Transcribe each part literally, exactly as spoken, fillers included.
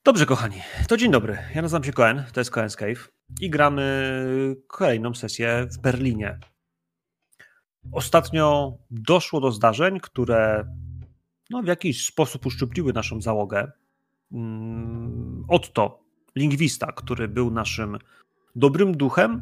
Dobrze, kochani, to dzień dobry. Ja nazywam się Koen, to jest Koen's Cave i gramy kolejną sesję w Berlinie. Ostatnio doszło do zdarzeń, które no, w jakiś sposób uszczupliły naszą załogę. Otto, lingwista, który był naszym dobrym duchem,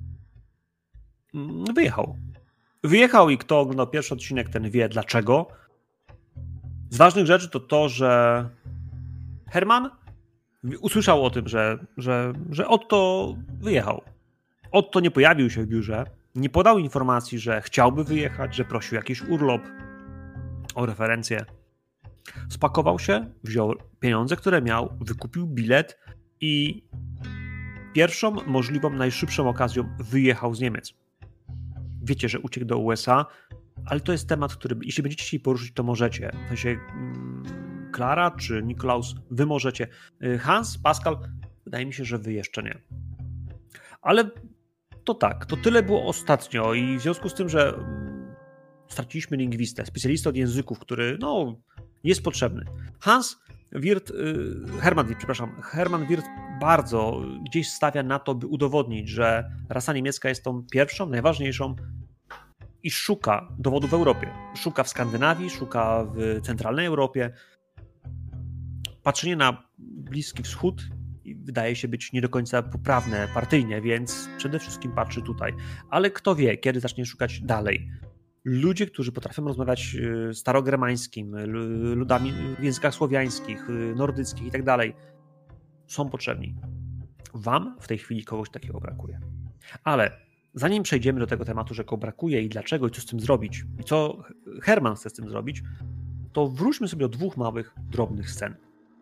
wyjechał. Wyjechał i kto oglądał pierwszy odcinek, ten wie dlaczego. Z ważnych rzeczy to to, że Herman usłyszał o tym, że, że, że Otto wyjechał. Otto nie pojawił się w biurze, nie podał informacji, że chciałby wyjechać, że prosił jakiś urlop, o referencję. Spakował się, wziął pieniądze, które miał, wykupił bilet i pierwszą możliwą, najszybszą okazją wyjechał z Niemiec. Wiecie, że uciekł do U S A, ale to jest temat, który, jeśli będziecie chcieli poruszyć, to możecie. W sensie Klara czy Nikolaus, wy możecie. Hans, Pascal, wydaje mi się, że wy jeszcze nie. Ale to tak, to tyle było ostatnio i w związku z tym, że straciliśmy lingwistę, specjalistę od języków, który no, jest potrzebny. Hans Wirth, Hermann Wirth, przepraszam, Hermann Wirth bardzo gdzieś stawia na to, by udowodnić, że rasa niemiecka jest tą pierwszą, najważniejszą i szuka dowodów w Europie. Szuka w Skandynawii, szuka w centralnej Europie. Patrzenie na Bliski Wschód wydaje się być nie do końca poprawne partyjnie, więc przede wszystkim patrzy tutaj. Ale kto wie, kiedy zacznie szukać dalej. Ludzie, którzy potrafią rozmawiać starogermańskim, ludami w językach słowiańskich, nordyckich i tak dalej, są potrzebni. Wam w tej chwili kogoś takiego brakuje. Ale zanim przejdziemy do tego tematu, że go brakuje i dlaczego i co z tym zrobić, i co Herman chce z tym zrobić, to wróćmy sobie do dwóch małych, drobnych scen.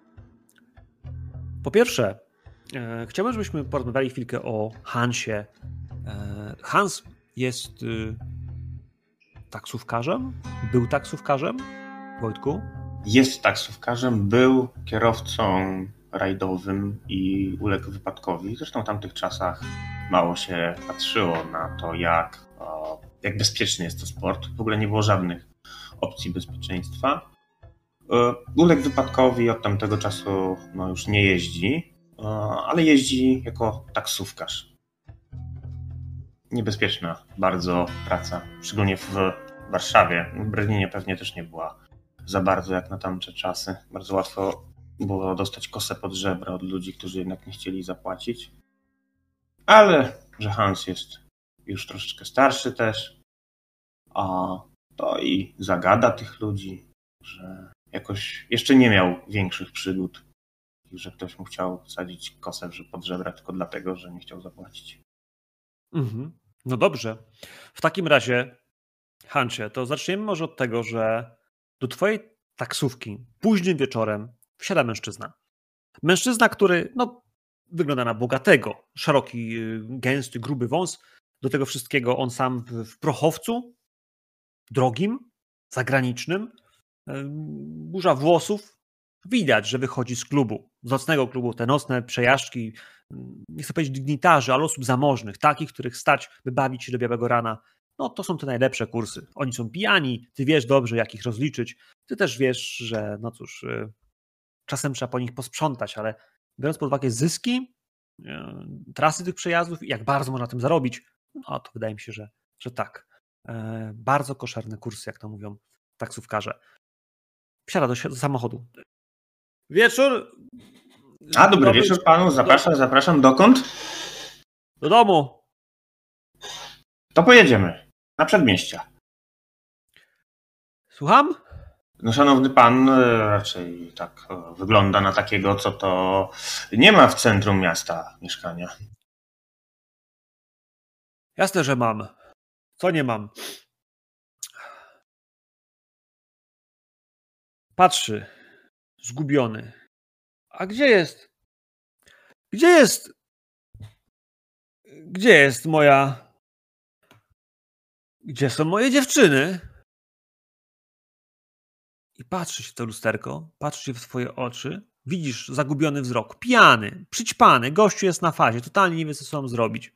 Po pierwsze, e, chciałbym, żebyśmy porozmawiali chwilkę o Hansie. E, Hans jest y, taksówkarzem? Był taksówkarzem? Wojtku? Jest taksówkarzem, był kierowcą rajdowym i uległ wypadkowi. Zresztą w tamtych czasach mało się patrzyło na to, jak, o, jak bezpieczny jest to sport. W ogóle nie było żadnych opcji bezpieczeństwa. Uległ wypadkowi, od tamtego czasu no, już nie jeździ, ale jeździ jako taksówkarz. Niebezpieczna bardzo praca, szczególnie w Warszawie. W Berlinie pewnie też nie była za bardzo jak na tamte czasy. Bardzo łatwo było dostać kosę pod żebra od ludzi, którzy jednak nie chcieli zapłacić. Ale że Hans jest już troszeczkę starszy też, a to i zagada tych ludzi, że jakoś jeszcze nie miał większych przygód i że ktoś mu chciał wsadzić kosę pod żebra tylko dlatego, że nie chciał zapłacić. Mhm. No dobrze. W takim razie, Hansie, to zaczniemy może od tego, że do twojej taksówki późnym wieczorem wsiada mężczyzna. Mężczyzna, który no, wygląda na bogatego. Szeroki, gęsty, gruby wąs. Do tego wszystkiego on sam w, w prochowcu, drogim, zagranicznym, burza włosów. Widać, że wychodzi z klubu, z nocnego klubu, te nocne przejażdżki, nie chcę powiedzieć dygnitarzy, ale osób zamożnych, takich, których stać, by bawić się do białego rana. No to są te najlepsze kursy. Oni są pijani, ty wiesz dobrze, jak ich rozliczyć. Ty też wiesz, że no cóż, czasem trzeba po nich posprzątać, ale biorąc pod uwagę zyski, trasy tych przejazdów i jak bardzo można na tym zarobić, no to wydaje mi się, że, że tak. Bardzo koszerne kursy, jak to mówią taksówkarze. Wsiada do, do samochodu. Wieczór. A, dobry, dobry wieczór panu. Zapraszam, do... zapraszam. Dokąd? Do domu. To pojedziemy. Na przedmieścia. Słucham? No, szanowny pan, raczej tak wygląda na takiego, co to nie ma w centrum miasta mieszkania. Jasne, że mam. Co nie mam? Patrzy. Zgubiony. A gdzie jest? Gdzie jest? Gdzie jest moja... Gdzie są moje dziewczyny? I patrzy się w to lusterko, patrzy się w twoje oczy, widzisz zagubiony wzrok, pijany, przyćpany, gościu jest na fazie, totalnie nie wie, co sobą zrobić.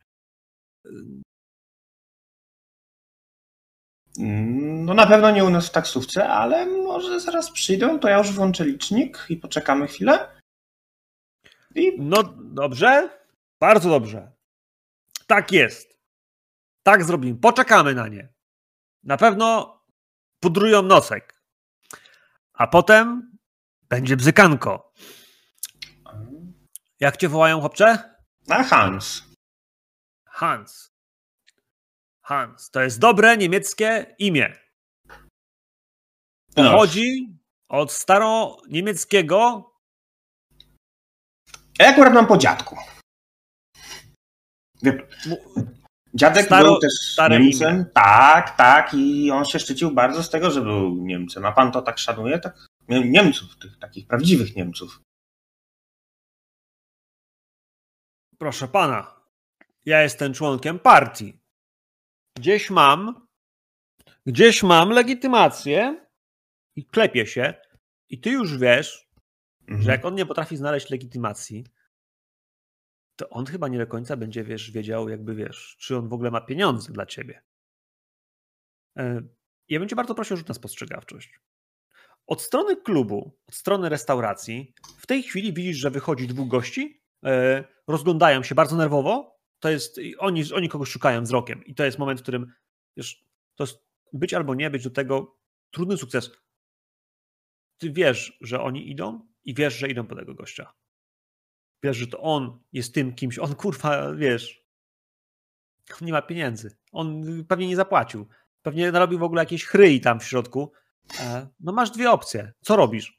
No na pewno nie u nas w taksówce, ale może zaraz przyjdą, to ja już włączę licznik i poczekamy chwilę. I... No dobrze, bardzo dobrze. Tak jest. Tak zrobimy. Poczekamy na nie. Na pewno pudrują nosek. A potem będzie bzykanko. Jak cię wołają, chłopcze? A Hans. Hans. Hans. To jest dobre niemieckie imię. Pochodzi od staroniemieckiego. Ja akurat mam po dziadku. Dziadek Staro, był też Niemcem. Imię. Tak, tak. I on się szczycił bardzo z tego, że był Niemcem. A pan to tak szanuje? Tak? Niemców, tych takich prawdziwych Niemców. Proszę pana, ja jestem członkiem partii. Gdzieś mam, gdzieś mam legitymację i klepię się. I ty już wiesz, mhm. że jak on nie potrafi znaleźć legitymacji, to on chyba nie do końca będzie, wiesz, wiedział, jakby, wiesz, czy on w ogóle ma pieniądze dla ciebie. Ja bym cię bardzo prosił o rzut na spostrzegawczość. Od strony klubu, od strony restauracji, w tej chwili widzisz, że wychodzi dwóch gości, rozglądają się bardzo nerwowo. To jest, oni, oni kogoś szukają wzrokiem. I to jest moment, w którym, wiesz, to jest być albo nie być, do tego trudny sukces. Ty wiesz, że oni idą i wiesz, że idą po tego gościa. Wiesz, że to on jest tym kimś. On, kurwa, wiesz, on nie ma pieniędzy. On pewnie nie zapłacił. Pewnie narobił w ogóle jakieś chryi tam w środku. No masz dwie opcje. Co robisz?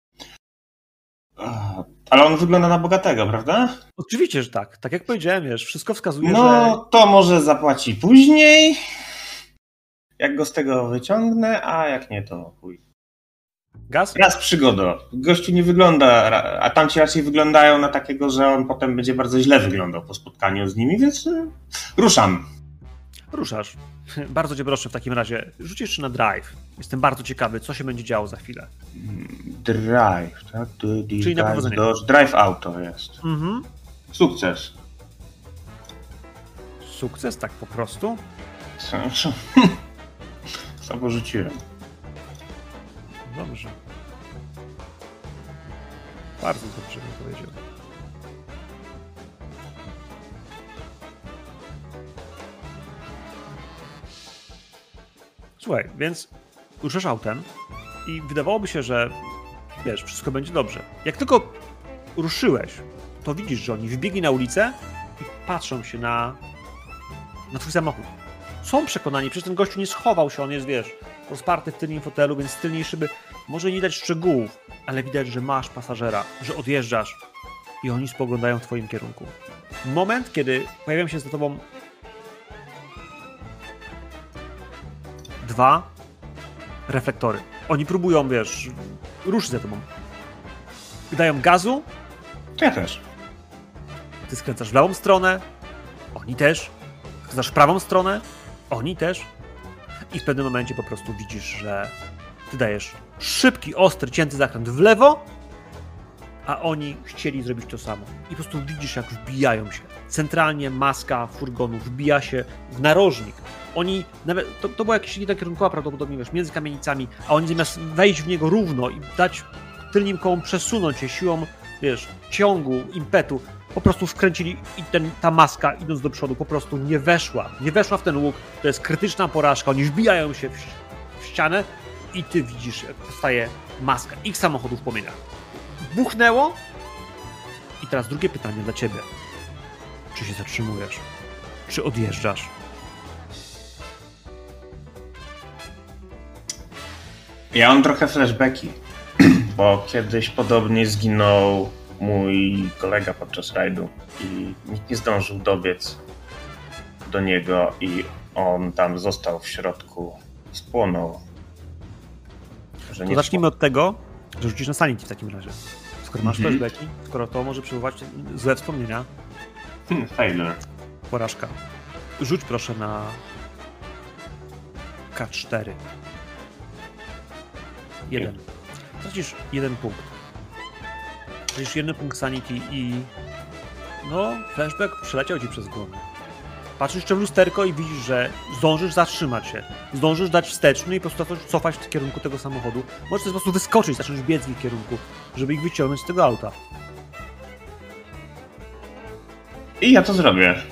Ale on wygląda na bogatego, prawda? Oczywiście, że tak. Tak jak powiedziałem, wiesz, wszystko wskazuje, no, że... No, to może zapłaci później. Jak go z tego wyciągnę, a jak nie, to chuj. Gaz? Raz przygoda. Gościu nie wygląda, a tamci raczej wyglądają na takiego, że on potem będzie bardzo źle wyglądał po spotkaniu z nimi, więc ruszam. Ruszasz. Bardzo cię proszę w takim razie. Rzuć jeszcze na drive. Jestem bardzo ciekawy, co się będzie działo za chwilę. Drive, tak? Czyli na powodzenie. Drive auto jest. Mhm. Sukces. Sukces, tak po prostu? Co rzuciłem. Dobrze. Bardzo dobrze bym powiedział. Słuchaj, więc ruszasz autem i wydawałoby się, że wiesz, wszystko będzie dobrze. Jak tylko ruszyłeś, to widzisz, że oni wybiegli na ulicę i patrzą się na, na twój samochód. Są przekonani, przecież ten gościu nie schował się, on jest, wiesz, rozparty w tylnym fotelu, więc z tylnej szyby może nie dać szczegółów, ale widać, że masz pasażera, że odjeżdżasz i oni spoglądają w twoim kierunku. Moment, kiedy pojawiają się za tobą dwa reflektory. Oni próbują, wiesz, ruszyć za tobą. Dają gazu. Ja też. Ty skręcasz w lewą stronę. Oni też. Skręcasz w prawą stronę. Oni też. I w pewnym momencie po prostu widzisz, że ty dajesz szybki, ostry, cięty zakręt w lewo, a oni chcieli zrobić to samo. I po prostu widzisz, jak wbijają się. Centralnie maska furgonu wbija się w narożnik. Oni, nawet, to, to była jakaś linia kierunkowa prawdopodobnie, wiesz, między kamienicami, a oni zamiast wejść w niego równo i dać tylnym kołom przesunąć się siłą, wiesz, ciągu, impetu, po prostu wkręcili i ten, ta maska, idąc do przodu, po prostu nie weszła. Nie weszła w ten łuk. To jest krytyczna porażka. Oni wbijają się w, w ścianę i ty widzisz, jak powstaje maska. Ich samochodów w płomieniach. Buchnęło. I teraz drugie pytanie dla ciebie. Czy się zatrzymujesz? Czy odjeżdżasz? Ja mam trochę flashbacki, bo kiedyś podobnie zginął mój kolega podczas rajdu i nikt nie zdążył dobiec do niego i on tam został w środku, spłonął. Że to zacznijmy od tego, że rzucisz na sanity w takim razie. Skoro masz mhm. flashbacki, skoro to może przywołać złe wspomnienia. Hmm, failure. Porażka. Rzuć proszę na K cztery. Jeden. Tracisz jeden punkt. Tracisz jeden punkt sanity i no, flashback przeleciał ci przez głowę. Patrzysz jeszcze w lusterko i widzisz, że zdążysz zatrzymać się. Zdążysz dać wsteczny i po prostu cofać w kierunku tego samochodu. Możesz po prostu wyskoczyć, zacząć biec w ich kierunku, żeby ich wyciągnąć z tego auta. I ja to zrobię.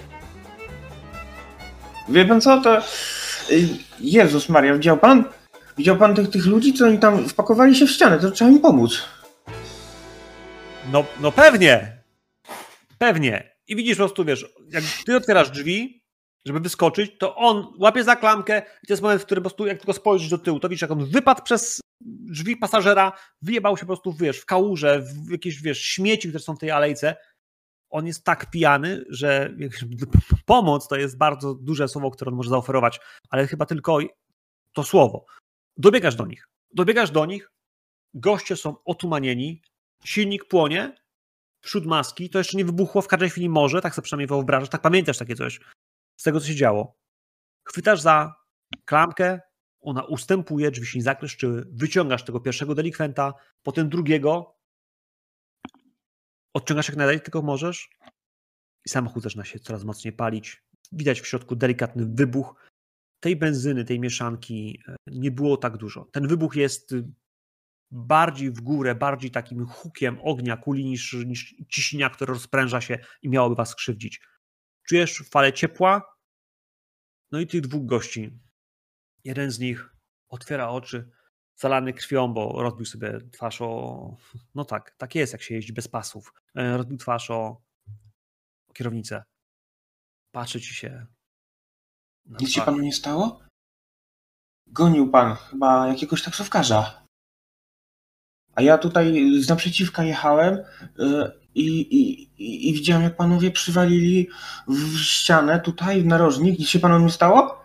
Wie pan co, to... Jezus Maria, widział pan? Widział pan tych, tych ludzi, co oni tam wpakowali się w ścianę, to trzeba im pomóc. No, no pewnie. Pewnie. I widzisz po prostu, wiesz, jak ty otwierasz drzwi, żeby wyskoczyć, to on łapie za klamkę i to jest moment, w którym po prostu jak tylko spojrzysz do tyłu, to widzisz, jak on wypadł przez drzwi pasażera, wyjebał się po prostu, wiesz, w kałuże, w jakieś, wiesz, śmieci, które są w tej alejce. On jest tak pijany, że pomoc to jest bardzo duże słowo, które on może zaoferować, ale chyba tylko to słowo. Dobiegasz do nich. Dobiegasz do nich, goście są otumanieni, silnik płonie, wśród maski, to jeszcze nie wybuchło, w każdej chwili może, tak sobie przynajmniej wyobrażasz, tak pamiętasz takie coś z tego, co się działo. Chwytasz za klamkę, ona ustępuje, drzwi się nie zakleszczyły, wyciągasz tego pierwszego delikwenta, potem drugiego, odciągasz jak najdalej tylko możesz i samochód zaczyna się coraz mocniej palić. Widać w środku delikatny wybuch. Tej benzyny, tej mieszanki nie było tak dużo. Ten wybuch jest bardziej w górę, bardziej takim hukiem ognia, kuli niż, niż ciśnienia, które rozpręża się i miałoby was skrzywdzić. Czujesz falę ciepła, no i tych dwóch gości. Jeden z nich otwiera oczy, zalany krwią, bo rozbił sobie twarz o... No tak, tak jest, jak się jeździ bez pasów. Rozbił twarz o, o kierownicę. Patrzy ci się na Nic się twarz. panu nie stało? Gonił pan chyba jakiegoś taksówkarza. A ja tutaj z naprzeciwka jechałem yy, i, i, i, i widziałem, jak panowie przywalili w ścianę tutaj, w narożnik. Nic się panu nie stało?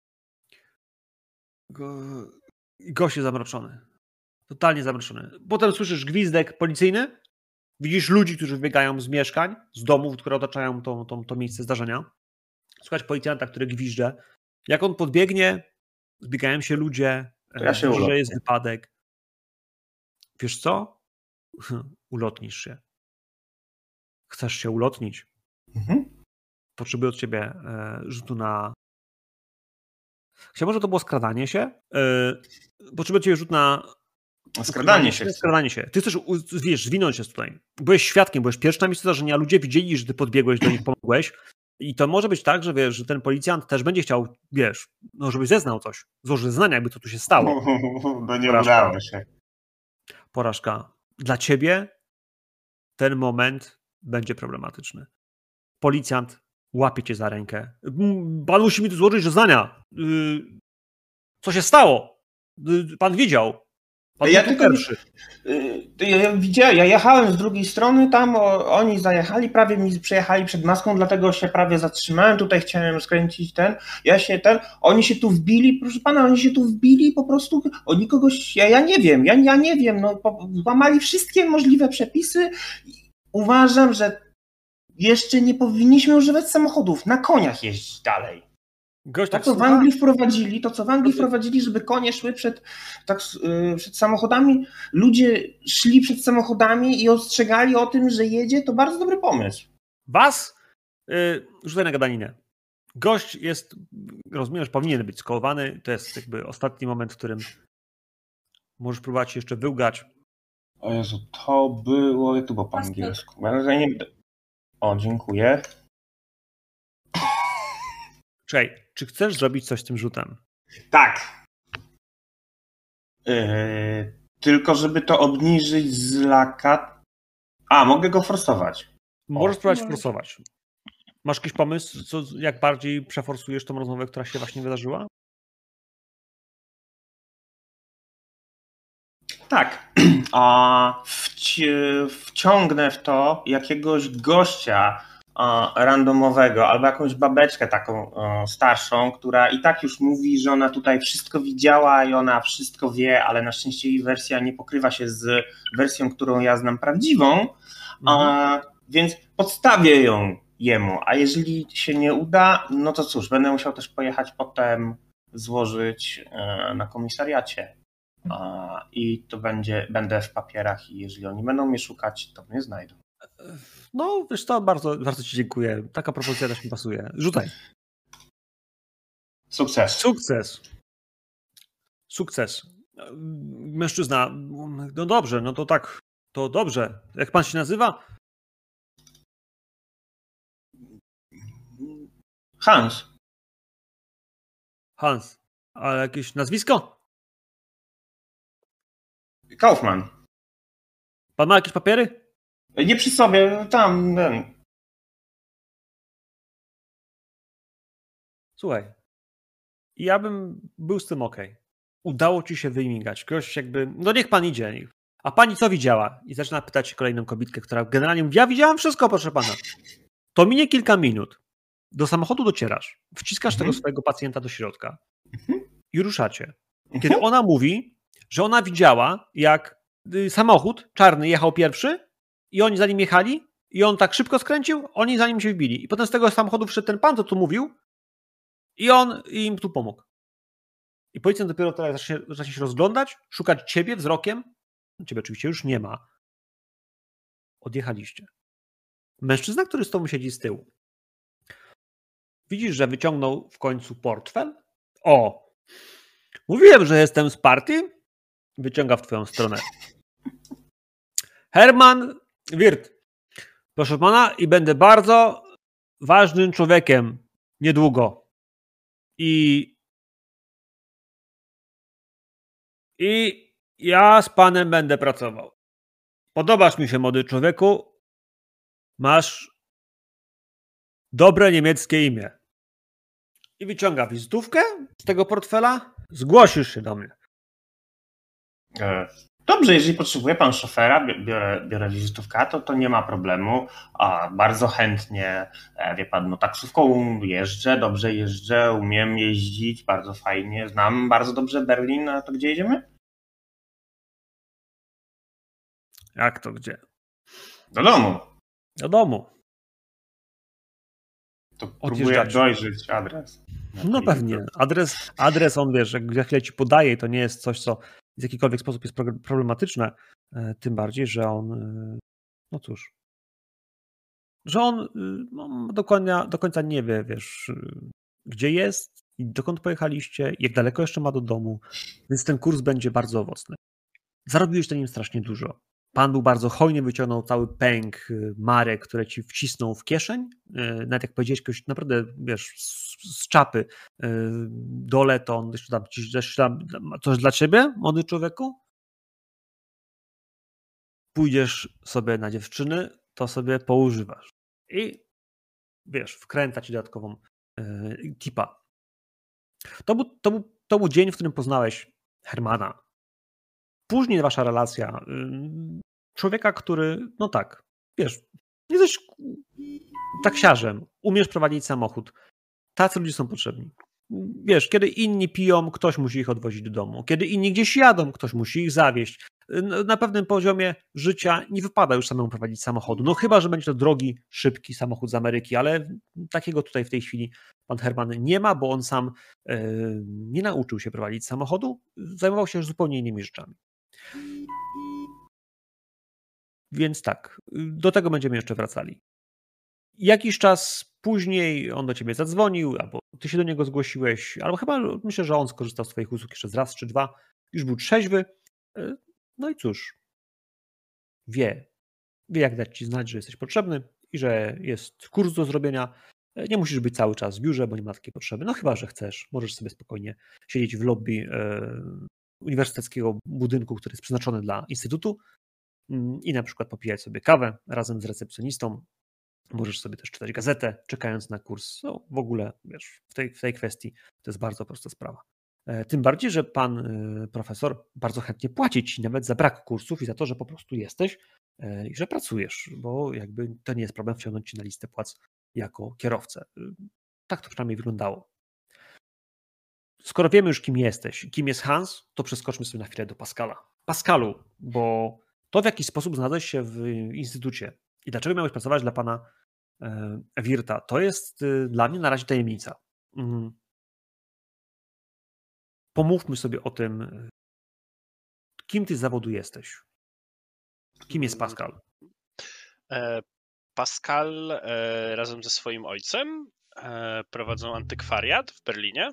Go... Gość jest zamroczony. Totalnie zamroczony. Potem słyszysz gwizdek policyjny. Widzisz ludzi, którzy wybiegają z mieszkań, z domów, które otaczają to, to, to miejsce zdarzenia. Słuchaj policjanta, który gwizdże. Jak on podbiegnie, zbiegają się ludzie, To ja się widzisz, że ulotnię. jest wypadek. Wiesz co? Ulotnisz się. Chcesz się ulotnić? Mhm. Potrzebuję od ciebie e, rzutu na... Chciałbym, że to było skradanie się. E, potrzebuję od ciebie rzut na... Skradanie się. Skradanie się. Ty chcesz, wiesz, zwinąć się tutaj. Byłeś świadkiem, byłeś pierwszy na miejscu zdarzenia, ludzie widzieli, że ty podbiegłeś do nich, pomogłeś. I to może być tak, że wiesz, że ten policjant też będzie chciał, wiesz, no żebyś zeznał coś. Złożył zeznania, jakby co tu się stało. No nie Porażka. udało się. Porażka. Dla ciebie ten moment będzie problematyczny. Policjant łapie cię za rękę. Pan musi mi tu złożyć zeznania. Co się stało? Pan widział. Pan Ja był tylko pierwszy. Ja widziałem, ja jechałem z drugiej strony, tam o, oni zajechali, prawie mi przejechali przed maską, dlatego się prawie zatrzymałem, tutaj chciałem skręcić ten, ja się ten, oni się tu wbili, proszę pana, oni się tu wbili po prostu, oni kogoś, ja, ja nie wiem, ja, ja nie wiem, no łamali wszystkie możliwe przepisy. Uważam, że jeszcze nie powinniśmy używać samochodów, na koniach jeździć dalej. Gość To, tak co w słucha? Anglii wprowadzili, to co w Anglii wprowadzili, żeby konie szły przed, tak, yy, przed samochodami, ludzie szli przed samochodami i ostrzegali o tym, że jedzie, to bardzo dobry pomysł. Was? Yy, rzucaj na gadaninę. Gość jest, rozumiesz, powinien być skołowany. To jest jakby ostatni moment, w którym możesz próbować się jeszcze wyłgać. O Jezu, to było, jak to było po angielsku? O, dziękuję. Czekaj, czy chcesz zrobić coś z tym rzutem? Tak. Yy, tylko żeby to obniżyć z laka... A, mogę go forsować. Możesz O. spróbować forsować. Masz jakiś pomysł, co, jak bardziej przeforsujesz tą rozmowę, która się właśnie wydarzyła? Tak. A wci wciągnę w to jakiegoś gościa a, randomowego albo jakąś babeczkę taką a, starszą, która i tak już mówi, że ona tutaj wszystko widziała i ona wszystko wie, ale na szczęście jej wersja nie pokrywa się z wersją, którą ja znam prawdziwą, mhm. a, więc podstawię ją jemu, a jeżeli się nie uda, no to cóż, będę musiał też pojechać potem złożyć a, na komisariacie. I to będzie, będę w papierach i jeżeli oni będą mnie szukać, to mnie znajdą. No, wiesz co, bardzo, bardzo ci dziękuję. Taka propozycja też mi pasuje. Rzucaj. Sukces. Sukces. Sukces. Mężczyzna, no dobrze, no to tak, to dobrze. Jak pan się nazywa? Hans. Hans. Ale jakieś nazwisko? Kaufman. Pan ma jakieś papiery? Nie przy sobie, tam. Ten. Słuchaj. Ja bym był z tym okej. Okay. Udało ci się wymigać. Ktoś jakby, no niech pan idzie. A pani co widziała? I zaczyna pytać się kolejną kobietkę, która generalnie mówi, ja widziałam wszystko, proszę pana. To minie kilka minut. Do samochodu docierasz. Wciskasz mhm. tego swojego pacjenta do środka. Mhm. I ruszacie. Kiedy mhm. ona mówi, że ona widziała, jak samochód czarny jechał pierwszy i oni za nim jechali i on tak szybko skręcił, oni za nim się wbili. I potem z tego samochodu wszedł ten pan, co tu mówił, i on im tu pomógł. I policjant dopiero teraz zacznie, zacznie się rozglądać, szukać ciebie wzrokiem. Ciebie oczywiście już nie ma. Odjechaliście. Mężczyzna, który z tobą siedzi z tyłu. Widzisz, że wyciągnął w końcu portfel? O! Mówiłem, że jestem z partii. Wyciąga w twoją stronę. Herman Wirth. Proszę pana, i będę bardzo ważnym człowiekiem niedługo. I I ja z panem będę pracował. Podobasz mi się, młody człowieku. Masz dobre niemieckie imię. I wyciąga wizytówkę z tego portfela. Zgłosisz się do mnie. Dobrze, jeżeli potrzebuje pan szofera, biorę, biorę wizytówkę, to, to nie ma problemu. A, bardzo chętnie, wie pan, no taksówką jeżdżę, dobrze jeżdżę, umiem jeździć, bardzo fajnie, znam bardzo dobrze Berlin, a to gdzie jedziemy? Jak to gdzie? Do domu. Do domu. To próbuję dojrzeć adres. No pewnie. Adres, adres on, wiesz, jak za chwilę ci podaje, to nie jest coś, co w jakikolwiek sposób jest problematyczne. Tym bardziej, że on, no cóż, że on no, dokładnie, do końca nie wie, wiesz, gdzie jest i dokąd pojechaliście, jak daleko jeszcze ma do domu, więc ten kurs będzie bardzo owocny. Zarobiłeś na nim strasznie dużo. Pan był bardzo hojny, wyciągnął cały pęk marek, które ci wcisnął w kieszeń. Nawet jak powiedziałeś, ktoś naprawdę, wiesz, z, z czapy dole, to on jeszcze tam, jeszcze tam coś dla ciebie, młody człowieku? Pójdziesz sobie na dziewczyny, to sobie poużywasz. I wiesz, wkręca ci dodatkową yy, tipa. To był, to, był, to był dzień, w którym poznałeś Hermana. Później wasza relacja, człowieka, który, no tak, wiesz, jesteś taksiarzem, umiesz prowadzić samochód. Tacy ludzie są potrzebni. Wiesz, kiedy inni piją, ktoś musi ich odwozić do domu. Kiedy inni gdzieś jadą, ktoś musi ich zawieźć. Na pewnym poziomie życia nie wypada już samemu prowadzić samochodu. No chyba, że będzie to drogi, szybki samochód z Ameryki, ale takiego tutaj w tej chwili pan Herman nie ma, bo on sam yy, nie nauczył się prowadzić samochodu, zajmował się już zupełnie innymi rzeczami. Więc tak, do tego będziemy jeszcze wracali. Jakiś czas później on do ciebie zadzwonił, albo ty się do niego zgłosiłeś, albo chyba myślę, że on skorzystał z twoich usług jeszcze raz czy dwa, już był trzeźwy. No i cóż, wie, wie jak dać ci znać, że jesteś potrzebny i że jest kurs do zrobienia. Nie musisz być cały czas w biurze, bo nie ma takiej potrzeby. No chyba, że chcesz. Możesz sobie spokojnie siedzieć w lobby e, uniwersyteckiego budynku, który jest przeznaczony dla instytutu i na przykład popijać sobie kawę razem z recepcjonistą. Możesz sobie też czytać gazetę, czekając na kurs. No w ogóle, wiesz, w tej, w tej kwestii to jest bardzo prosta sprawa. Tym bardziej, że pan profesor bardzo chętnie płaci ci nawet za brak kursów i za to, że po prostu jesteś i że pracujesz, bo jakby to nie jest problem wciągnąć ci na listę płac jako kierowcę. Tak to przynajmniej wyglądało. Skoro wiemy już, kim jesteś i kim jest Hans, to przeskoczmy sobie na chwilę do Pascala. Pascalu, bo to w jaki sposób znalazłeś się w instytucie i dlaczego miałeś pracować dla pana Wirta, to jest dla mnie na razie tajemnica. Pomówmy sobie o tym, kim ty z zawodu jesteś. Kim jest Pascal? Pascal razem ze swoim ojcem prowadzą antykwariat w Berlinie.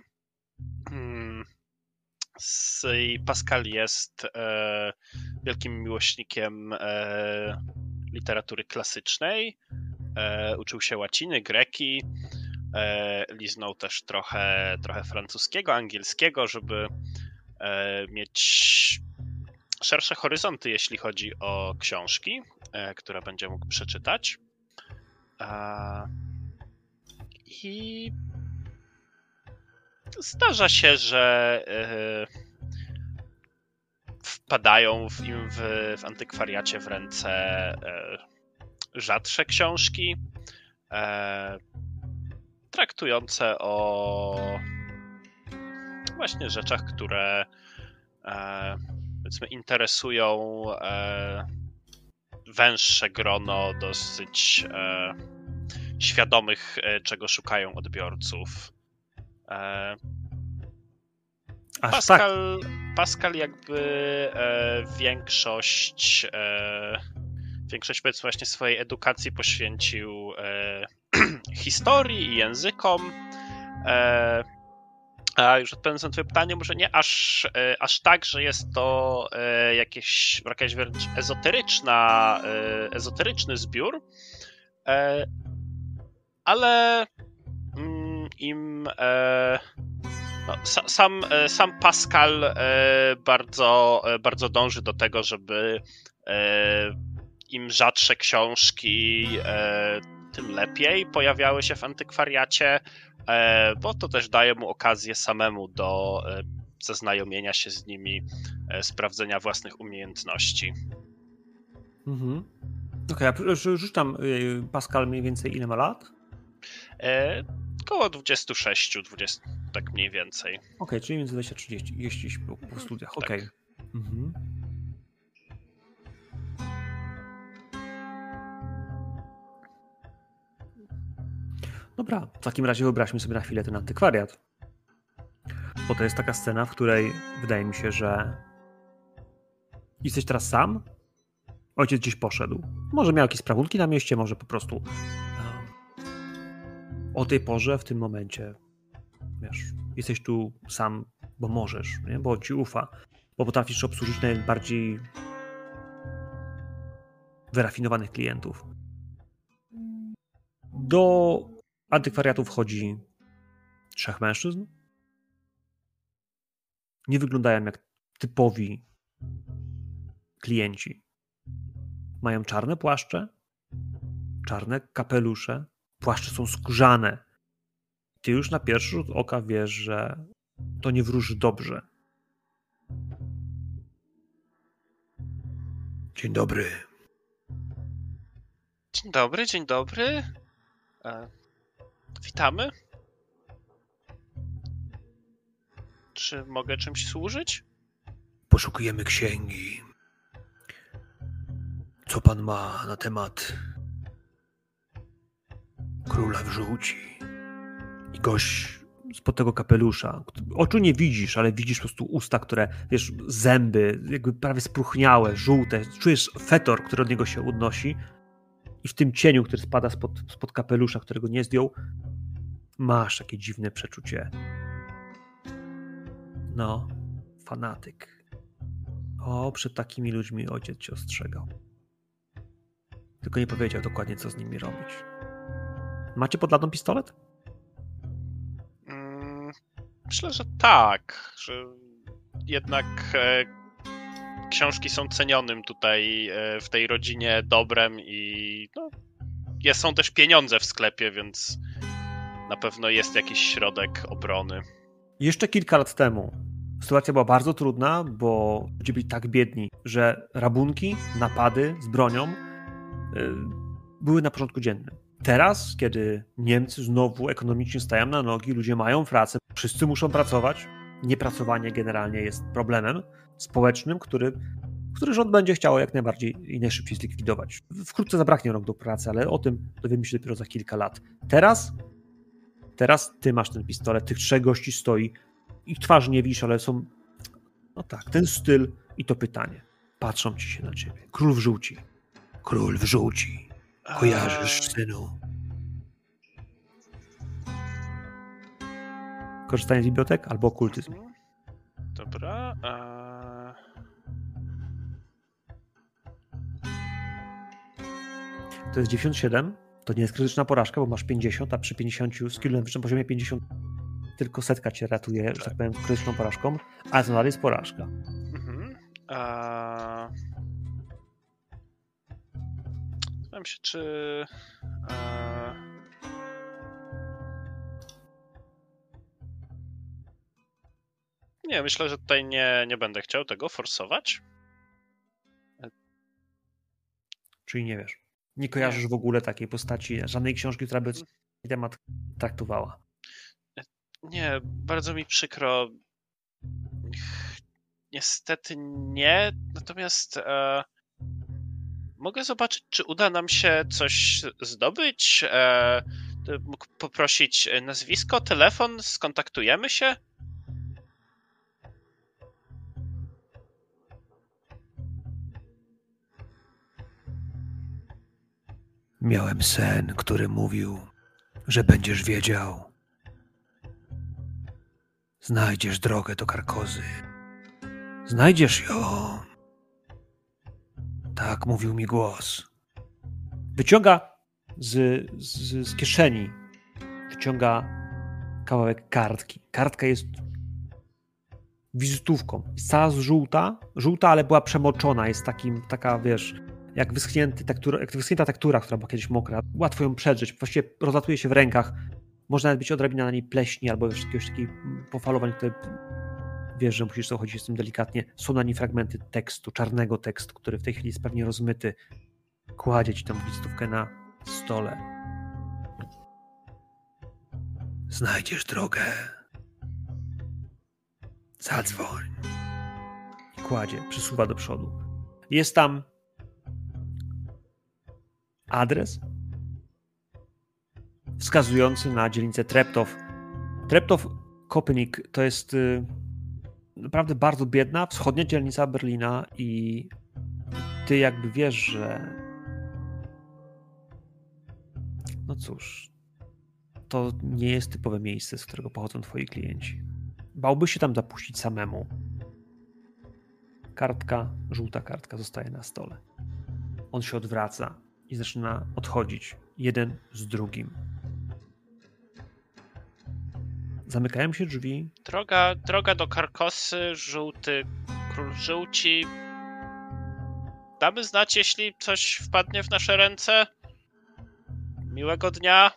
Pascal jest wielkim miłośnikiem literatury klasycznej. Uczył się łaciny, greki. e, liznął też trochę, trochę francuskiego, angielskiego, żeby e, mieć szersze horyzonty, jeśli chodzi o książki, e, które będzie mógł przeczytać. E, I zdarza się, że e, wpadają w, im w, w antykwariacie w ręce e, rzadsze książki, e, traktujące o właśnie rzeczach, które e, powiedzmy interesują e, węższe grono dosyć e, świadomych, e, czego szukają odbiorców. E, Aż Pascal, tak. Pascal jakby e, większość e, większość powiedzmy właśnie swojej edukacji poświęcił e, historii i językom. E, a już odpowiadając na twoje pytanie, może nie aż, e, aż tak, że jest to e, jakieś, jakaś wręcz ezoteryczna, e, ezoteryczny zbiór, e, ale mm, im e, no, sa, sam, e, sam Pascal e, bardzo, e, bardzo dąży do tego, żeby e, im rzadsze książki, e, tym lepiej pojawiały się w antykwariacie, e, bo to też daje mu okazję samemu do e, zaznajomienia się z nimi, e, sprawdzenia własnych umiejętności. Mhm. Okej, okay, rzuć tam y, Pascal mniej więcej ile ma lat? E, Około dwadzieścia sześć, dwadzieścia, tak mniej więcej. Okej, okay, czyli między dwadzieścia trzydzieści, jeśli po, po studiach, okej. Okay. Tak. Mhm. Dobra, w takim razie wyobraźmy sobie na chwilę ten antykwariat. Bo to jest taka scena, w której wydaje mi się, że jesteś teraz sam. Ojciec gdzieś poszedł. Może miał jakieś sprawunki na mieście, może po prostu um, o tej porze, w tym momencie, wiesz, jesteś tu sam, bo możesz, nie? Bo ci ufa, bo potrafisz obsłużyć najbardziej wyrafinowanych klientów. Do antykwariatu wchodzi trzech mężczyzn. Nie wyglądają jak typowi klienci. Mają czarne płaszcze, czarne kapelusze, płaszcze są skórzane. Ty już na pierwszy rzut oka wiesz, że to nie wróży dobrze. Dzień dobry. Dzień dobry, dzień dobry. E, witamy. Czy mogę czymś służyć? Poszukujemy księgi. Co pan ma na temat króla w żółci? I gość spod tego kapelusza. Oczu nie widzisz, ale widzisz po prostu usta, które, wiesz, zęby, jakby prawie spróchniałe, żółte. Czujesz fetor, który od niego się odnosi. I w tym cieniu, który spada spod, spod kapelusza, którego nie zdjął, masz takie dziwne przeczucie. No, fanatyk. O, przed takimi ludźmi ojciec cię ostrzegał. Tylko nie powiedział dokładnie, co z nimi robić. Macie pod ladą pistolet? Mm, myślę, że tak. Że jednak e, książki są cenionym tutaj e, w tej rodzinie dobrem i no, jest, są też pieniądze w sklepie, więc na pewno jest jakiś środek obrony. Jeszcze kilka lat temu sytuacja była bardzo trudna, bo ludzie byli tak biedni, że rabunki, napady z bronią yy, były na porządku dziennym. Teraz, kiedy Niemcy znowu ekonomicznie stają na nogi, ludzie mają pracę, wszyscy muszą pracować, niepracowanie generalnie jest problemem społecznym, który, który rząd będzie chciał jak najbardziej i najszybciej zlikwidować. Wkrótce zabraknie rąk do pracy, ale o tym dowiemy się dopiero za kilka lat. Teraz, teraz ty masz ten pistolet, tych trzech gości stoi, ich twarzy nie widzisz, ale są, no tak, ten styl i to pytanie. Patrzą ci się na ciebie. Król w żółci. Król w żółci. Kojarzysz, synu? Korzystanie z bibliotek albo okultyzm? Dobra. A... To jest dziewięćdziesiąt siedem. To nie jest krytyczna porażka, bo masz pięćdziesiąt, a przy pięćdziesięciu skillu na wyższym poziomie pięćdziesiąt tylko setka cię ratuje, tak. że tak powiem, krytyczną porażką, a to nadal jest porażka. Mhm. A... Zastanawiam się, czy... A... Nie, myślę, że tutaj nie, nie będę chciał tego forsować. Czyli nie wiesz. Nie kojarzysz nie. w ogóle takiej postaci, żadnej książki, która by ten temat traktowała. Nie, bardzo mi przykro. Niestety nie, natomiast e, mogę zobaczyć, czy uda nam się coś zdobyć. E, mógł poprosić nazwisko, telefon, skontaktujemy się. Miałem sen, który mówił, że będziesz wiedział. Znajdziesz drogę do Karkozy. Znajdziesz ją. Tak mówił mi głos. Wyciąga z, z, z kieszeni, wyciąga kawałek kartki. Kartka jest wizytówką. Jest cała żółta, żółta, ale była przemoczona. Jest takim, taka, wiesz, jak, wyschnięty tektura, jak wyschnięta tektura, która była kiedyś mokra. Łatwo ją przedrzeć. Właściwie rozlatuje się w rękach. Można nawet być odrobina na niej pleśni albo jakiegoś takiego pofalowań, które wiesz, że musisz zachodzić z tym delikatnie. Są na niej fragmenty tekstu, czarnego tekstu, który w tej chwili jest pewnie rozmyty. Kładzie ci tą wizytówkę na stole. Znajdziesz drogę. Zadzwoń. I kładzie, przysuwa do przodu. Jest tam adres wskazujący na dzielnicę Treptow. Treptow Kopernik to jest y, naprawdę bardzo biedna wschodnia dzielnica Berlina i ty jakby wiesz, że no cóż, to nie jest typowe miejsce, z którego pochodzą twoi klienci. Bałbyś się tam zapuścić samemu. Kartka, żółta kartka zostaje na stole. On się odwraca i zaczyna odchodzić jeden z drugim. Zamykają się drzwi. Droga, droga do Karkosy, żółty król żółci. Damy znać, jeśli coś wpadnie w nasze ręce. Miłego dnia.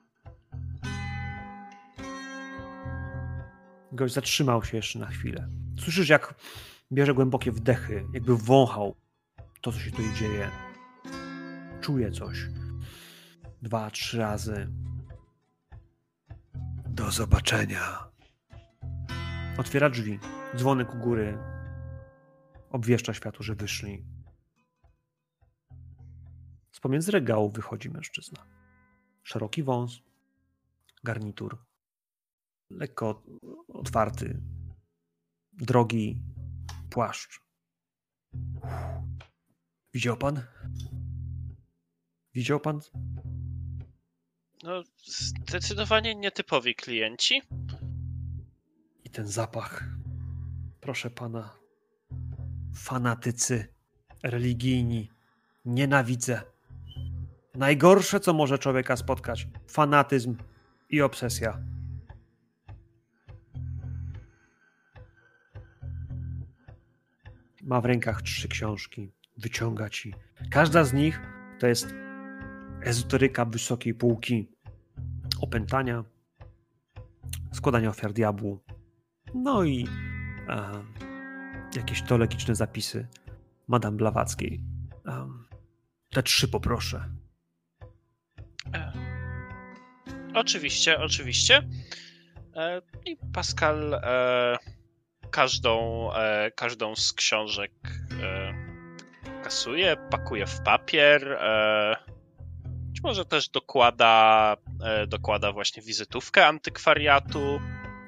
Gość zatrzymał się jeszcze na chwilę. Słyszysz, jak bierze głębokie wdechy, jakby wąchał to, co się tu dzieje. Czuje coś. Dwa, trzy razy. Do zobaczenia. Otwiera drzwi. Dzwonek u góry obwieszcza światu, że wyszli. Z pomiędzy regałów wychodzi mężczyzna. Szeroki wąs, garnitur, lekko otwarty, drogi płaszcz. Widział pan? Widział pan? No, zdecydowanie nietypowi klienci. I ten zapach. Proszę pana. Fanatycy religijni. Nienawidzę. Najgorsze, co może człowieka spotkać. Fanatyzm i obsesja. Ma w rękach trzy książki. Wyciąga ci. Każda z nich to jest ezoteryka wysokiej półki. Opętania. Składania ofiar diabłu. No i e, jakieś teologiczne zapisy Madame Blawackiej. E, te trzy poproszę. E, oczywiście, oczywiście. E, I Pascal e, każdą, e, każdą z książek e, kasuje, pakuje w papier. E, być może też dokłada, e, dokłada właśnie wizytówkę antykwariatu.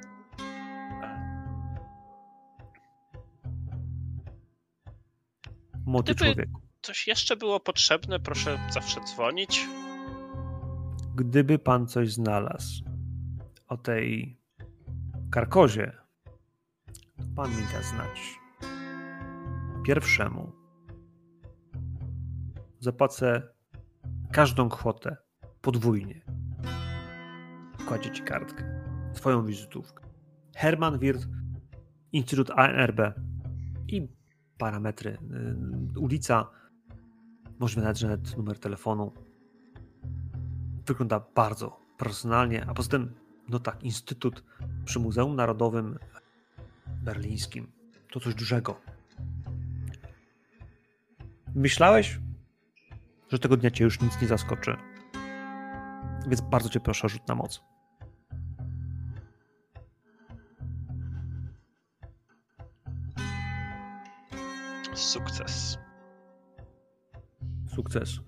Młody Gdyby człowiek. coś jeszcze było potrzebne, proszę zawsze dzwonić. Gdyby pan coś znalazł o tej Karkozie, to pan mi da znać. Pierwszemu zapłacę każdą kwotę, podwójnie. Kładzie ci kartkę, twoją wizytówkę. Herman Wirth, Instytut A N R B i parametry. Yy, ulica, możemy nawet, że nawet numer telefonu. Wygląda bardzo profesjonalnie, a poza tym, no tak, Instytut przy Muzeum Narodowym Berlińskim. To coś dużego. Myślałeś, że tego dnia cię już nic nie zaskoczy. Więc bardzo cię proszę o rzut na moc. Sukces. Sukces.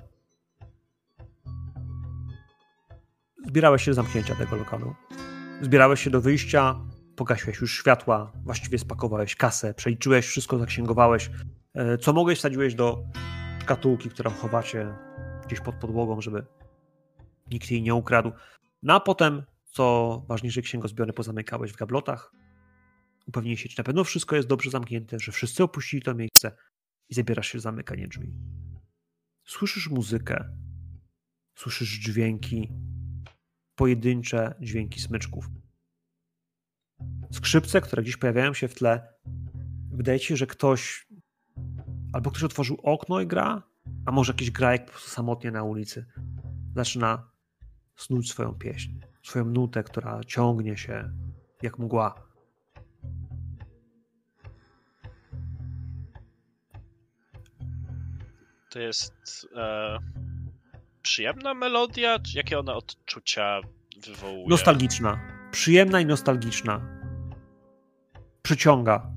Zbierałeś się do zamknięcia tego lokalu. Zbierałeś się do wyjścia, pogasiłeś już światła, właściwie spakowałeś kasę, przeliczyłeś wszystko, zaksięgowałeś. Co mogłeś, wsadziłeś do szkatułki, którą chowacie gdzieś pod podłogą, żeby nikt jej nie ukradł. No a potem, co ważniejsze, księgozbiory pozamykałeś w gablotach. Upewnij się, czy na pewno wszystko jest dobrze zamknięte, że wszyscy opuścili to miejsce i zabierasz się za zamykanie drzwi. Słyszysz muzykę, słyszysz dźwięki, pojedyncze dźwięki smyczków. Skrzypce, które gdzieś pojawiają się w tle. Wydaje ci się, że ktoś albo ktoś otworzył okno i gra, a może jakiś grajek po prostu samotnie na ulicy zaczyna snuć swoją pieśń, swoją nutę, która ciągnie się jak mgła. To jest e, przyjemna melodia? Czy jakie ona odczucia wywołuje? Nostalgiczna. Przyjemna i nostalgiczna. Przyciąga.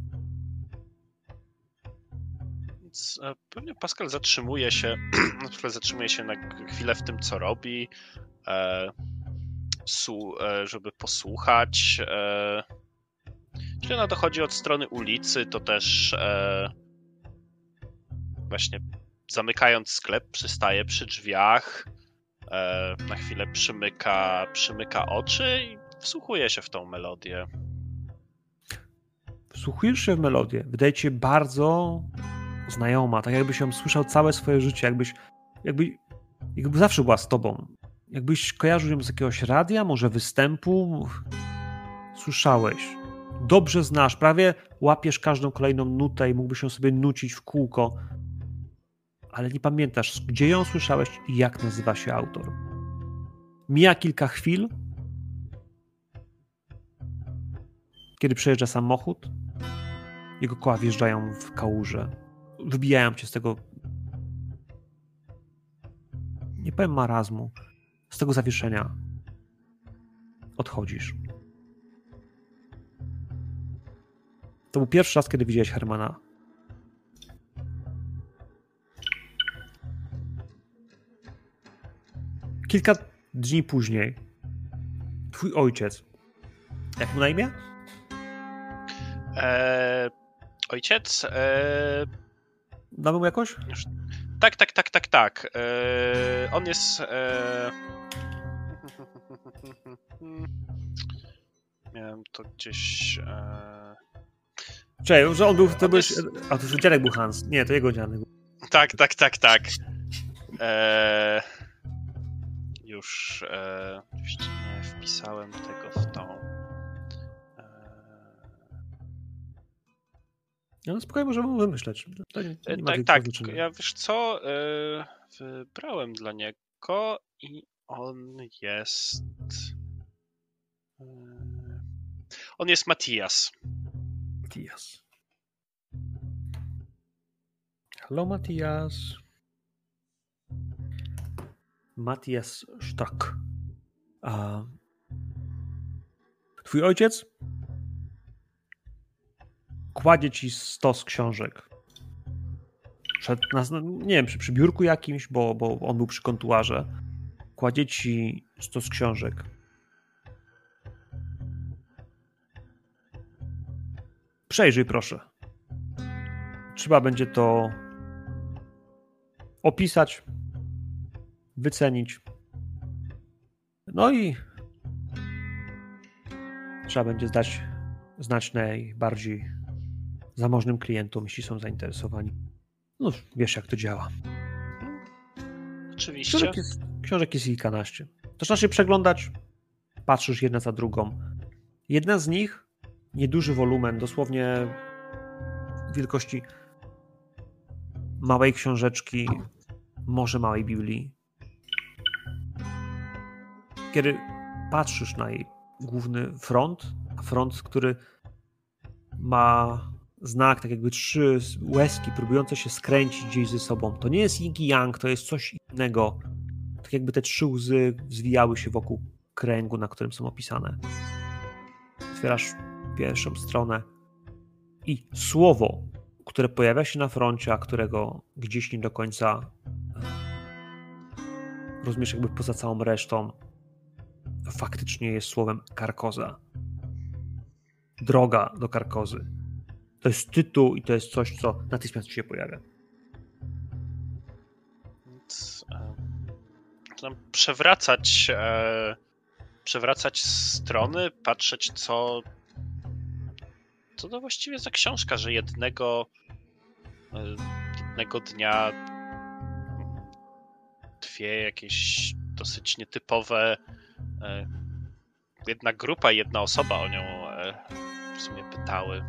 Więc e, pewnie Pascal zatrzymuje się, na przykład zatrzymuje się na chwilę w tym, co robi, e, su, e, żeby posłuchać. E, jeśli ona dochodzi od strony ulicy, to też e, właśnie zamykając sklep, przystaje przy drzwiach, e, na chwilę przymyka, przymyka oczy i wsłuchuje się w tą melodię. Wsłuchujesz się w melodię. Wydaje ci się bardzo znajoma, tak jakbyś ją słyszał całe swoje życie, jakbyś, jakby, jakby zawsze była z tobą. Jakbyś kojarzył ją z jakiegoś radia, może występu. Słyszałeś. Dobrze znasz, prawie łapiesz każdą kolejną nutę i mógłbyś ją sobie nucić w kółko. Ale nie pamiętasz, gdzie ją słyszałeś i jak nazywa się autor. Mija kilka chwil, kiedy przejeżdża samochód, jego koła wjeżdżają w kałużę. Wybijają cię z tego, nie powiem marazmu, z tego zawieszenia. Odchodzisz. To był pierwszy raz, kiedy widziałeś Hermana. Kilka dni później twój ojciec, jak mu na imię? Eee, ojciec? Eee, Damy mu jakoś? już, tak, tak, tak, tak, tak. Eee, on jest... Eee, miałem to gdzieś... Eee, Czekaj, że on był... To on byłeś, jest... A to już dziadek był Hans. Nie, to jego dziadek był. Tak, tak, tak, tak. Eee, już e, oczywiście nie wpisałem tego w tą. E, No spokojnie, możemy wymyśleć. To nie, to nie ma tak, tak. znaczenia. Ja wiesz co? E, wybrałem dla niego i on jest. E, on jest Matthias. Matthias. Hello, Matthias. Matthias Stock. A twój ojciec kładzie ci stos książek. Przed, nie wiem, przy, przy biurku jakimś, bo, bo on był przy kontuarze. Kładzie ci stos książek. Przejrzyj, proszę. Trzeba będzie to opisać, wycenić. No i trzeba będzie zdać, znać najbardziej zamożnym klientom, jeśli są zainteresowani. No, wiesz, jak to działa. Oczywiście. Środek jest, Książek jest kilkanaście. Zaczynasz się przeglądać, patrzysz jedna za drugą. Jedna z nich, nieduży wolumen, dosłownie wielkości małej książeczki, może małej Biblii. Kiedy patrzysz na jej główny front, front, który ma znak, tak jakby trzy łezki próbujące się skręcić gdzieś ze sobą. To nie jest yin i yang, to jest coś innego. Tak jakby te trzy łzy zwijały się wokół kręgu, na którym są opisane. Otwierasz pierwszą stronę i słowo, które pojawia się na froncie, a którego gdzieś nie do końca rozumiesz jakby poza całą resztą, faktycznie jest słowem Karkoza. Droga do Karkozy. To jest tytuł i to jest coś, co natychmiast się pojawia. Więc, e, zaczynam przewracać, e, przewracać strony, patrzeć, co, co to właściwie za książka, że jednego, e, jednego dnia dwie jakieś dosyć nietypowe, e, jedna grupa i jedna osoba o nią e, w sumie pytały.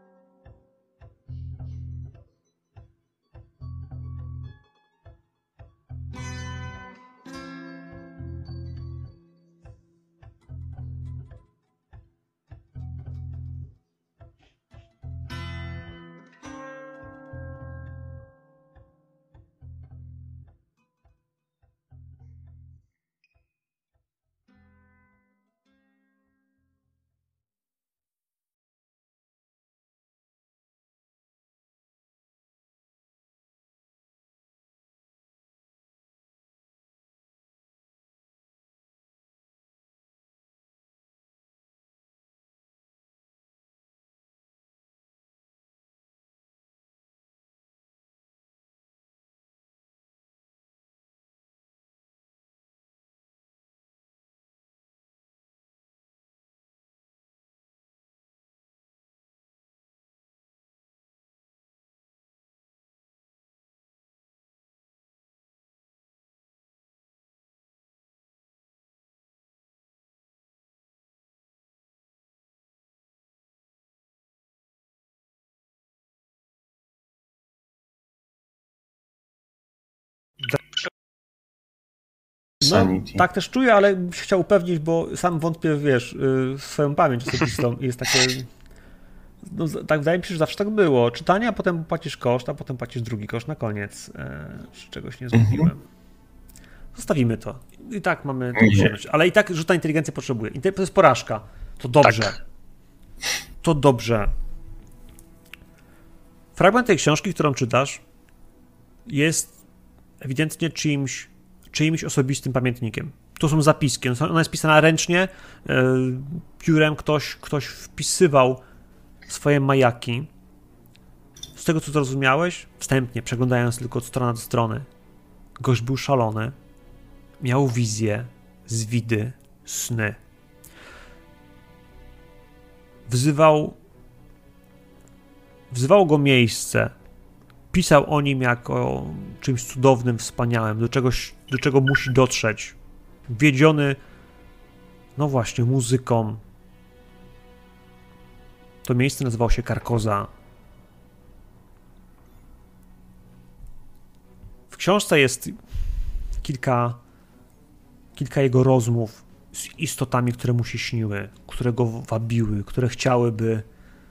No, tak też czuję, ale bym się chciał upewnić, bo sam wątpię, wiesz, w swoją pamięć osobistą. Jest takie... No, tak wydaje mi się, że zawsze tak było. Czytanie, a potem płacisz koszt, a potem płacisz drugi koszt na koniec. Czy czegoś nie zrobiłem. Zostawimy to. I tak mamy tę przyjemność. Ale i tak rzut na inteligencję potrzebuje. To jest porażka. To dobrze. Tak. To dobrze. Fragment tej książki, którą czytasz, jest ewidentnie czyimś, czyimś osobistym pamiętnikiem. To są zapiski. Ona jest pisana ręcznie, piórem ktoś, ktoś wpisywał swoje majaki. Z tego, co zrozumiałeś, wstępnie, przeglądając tylko od strony do strony, gość był szalony, miał wizje, zwidy, sny. Wzywał, wzywało go miejsce, pisał o nim jako czymś cudownym, wspaniałym, do czegoś, do czego musi dotrzeć. Wiedziony, no właśnie, muzyką. To miejsce nazywało się Karkoza. W książce jest kilka, kilka jego rozmów z istotami, które mu się śniły, które go wabiły, które chciałyby,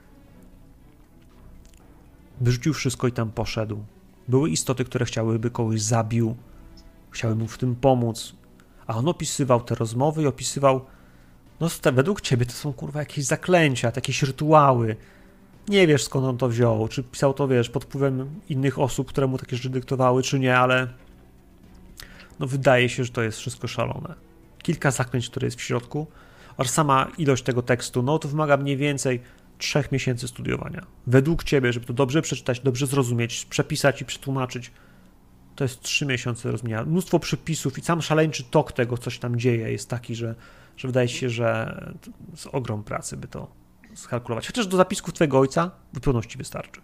by rzucił wszystko i tam poszedł. Były istoty, które chciałyby kogoś zabił, chciały mu w tym pomóc, a on opisywał te rozmowy i opisywał, no te, według ciebie to są kurwa jakieś zaklęcia, jakieś rytuały. Nie wiesz, skąd on to wziął, czy pisał to, wiesz, pod wpływem innych osób, które mu takie rzeczy dyktowały, czy nie, ale no wydaje się, że to jest wszystko szalone. Kilka zaklęć, które jest w środku, oraz sama ilość tego tekstu, no to wymaga mniej więcej trzech miesięcy studiowania. Według ciebie, żeby to dobrze przeczytać, dobrze zrozumieć, przepisać i przetłumaczyć, to jest trzy miesiące rozumienia. Mnóstwo przypisów i sam szaleńczy tok tego, co się tam dzieje, jest taki, że, że wydaje się, że z ogrom pracy by to skalkulować. Chociaż do zapisków twojego ojca w zupełności wystarczy.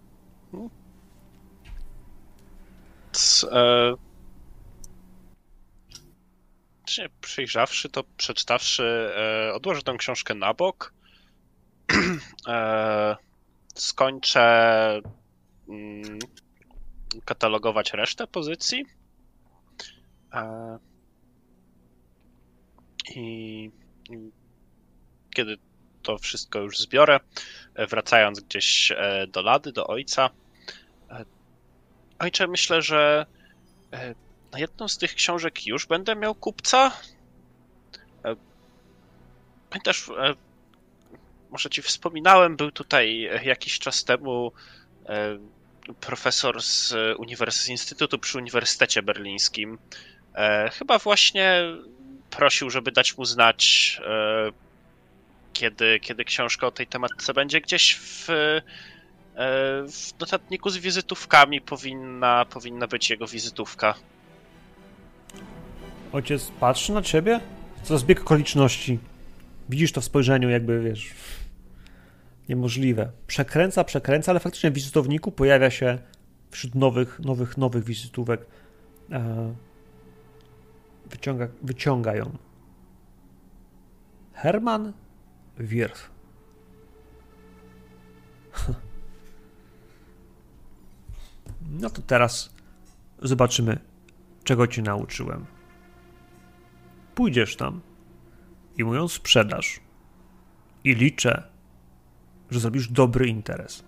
C, e... Przyjrzawszy to, przeczytawszy, e, odłożę tę książkę na bok. e, skończę mm, katalogować resztę pozycji. E, i, I kiedy to wszystko już zbiorę, e, wracając gdzieś e, do Lady, do ojca. E, ojcze, myślę, że e, na jedną z tych książek już będę miał kupca. Pamiętasz, może ci wspominałem, był tutaj jakiś czas temu profesor z, uniwers- z Instytutu przy Uniwersytecie Berlińskim. Chyba właśnie prosił, żeby dać mu znać, kiedy, kiedy książka o tej tematce będzie. Gdzieś w, w notatniku z wizytówkami powinna, powinna być jego wizytówka. Ojciec patrzy na ciebie? Co za zbieg okoliczności. Widzisz to w spojrzeniu, jakby, wiesz, niemożliwe. Przekręca, przekręca, ale faktycznie w wizytowniku pojawia się wśród nowych, nowych, nowych wizytówek. Wyciąga, wyciąga ją. Herman Wirth. No to teraz zobaczymy, czego cię nauczyłem. Pójdziesz tam i mu ją sprzedasz. I liczę, że zrobisz dobry interes.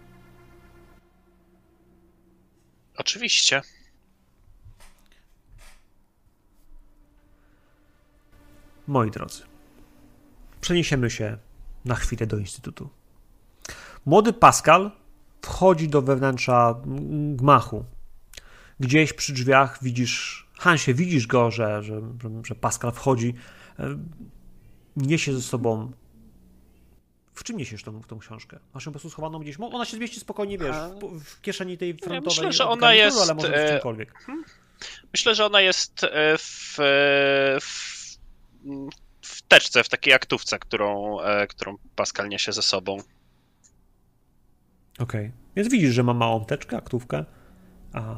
Oczywiście. Moi drodzy, przeniesiemy się na chwilę do Instytutu. Młody Pascal wchodzi do wewnętrza gmachu. Gdzieś przy drzwiach widzisz, Hansie, widzisz go, że, że, że Pascal wchodzi. Niesie ze sobą... W czym niesiesz tą, tą książkę? Masz ją po prostu schowaną gdzieś? Ona się zmieści spokojnie, wiesz, w, w kieszeni tej frontowej. Myślę, że ona jest... Ale może w czymkolwiek. Myślę, że ona jest w, w, w teczce, w takiej aktówce, którą, którą Pascal niesie ze sobą. Okej. Okay. Więc widzisz, że ma małą teczkę, aktówkę. A...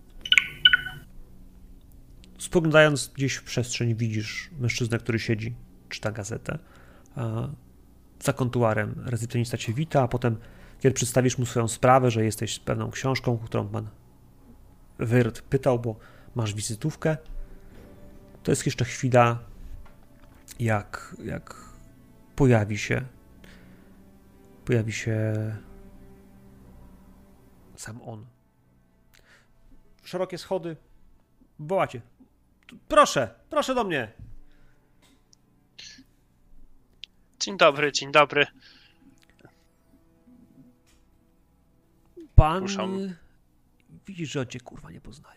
Spoglądając gdzieś w przestrzeń, widzisz mężczyznę, który siedzi, czyta gazetę. A... Za kontuarem recepcjonista cię wita, a potem, kiedy przedstawisz mu swoją sprawę, że jesteś z pewną książką, którą pan Wirth pytał, bo masz wizytówkę, to jest jeszcze chwila, jak, jak pojawi się pojawi się sam on. Szerokie schody, wołacie. Proszę, proszę do mnie. Dzień dobry, dzień dobry. Pan... Ruszam. Widzisz, że on cię kurwa nie poznaje.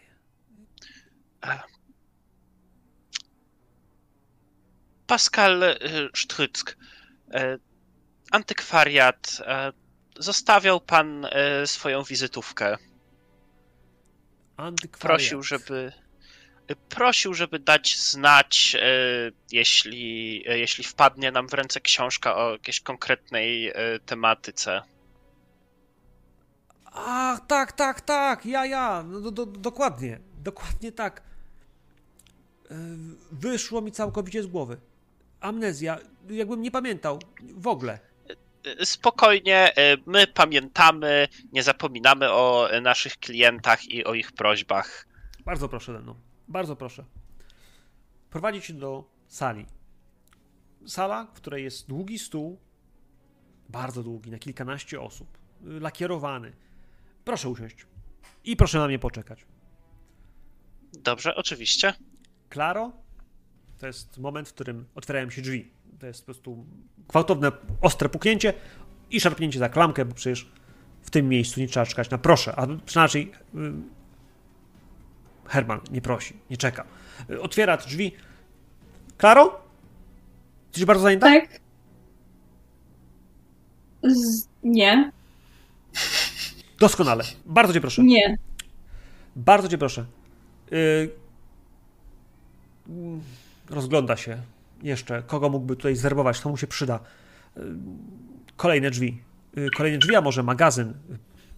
Pascal Sztryck. Antykwariat. Zostawiał pan swoją wizytówkę. Antykwariat. Prosił, żeby... Prosił, żeby dać znać, jeśli, jeśli wpadnie nam w ręce książka o jakiejś konkretnej tematyce. Ach, tak, tak, tak, ja, ja, no, do, do, dokładnie, dokładnie tak. Wyszło mi całkowicie z głowy. Amnezja, jakbym nie pamiętał w ogóle. Spokojnie, my pamiętamy, nie zapominamy o naszych klientach i o ich prośbach. Bardzo proszę ze mną. Bardzo proszę. Prowadzi cię do sali. Sala, w której jest długi stół, bardzo długi, na kilkanaście osób, lakierowany. Proszę usiąść. I proszę na mnie poczekać. Dobrze, oczywiście. Klaro, to jest moment, w którym otwierają się drzwi. To jest po prostu gwałtowne, ostre puknięcie i szarpnięcie za klamkę, bo przecież w tym miejscu nie trzeba czekać na proszę, a przynajmniej Herman nie prosi, nie czeka. Otwiera te drzwi. Klaro? Jesteś bardzo zajęta? Tak. Z... Nie. Doskonale. Bardzo cię proszę. Nie. Bardzo cię proszę. Yy... Rozgląda się jeszcze. Kogo mógłby tutaj zwerbować? To mu się przyda. Yy... Kolejne drzwi. Yy, kolejne drzwi, a może magazyn.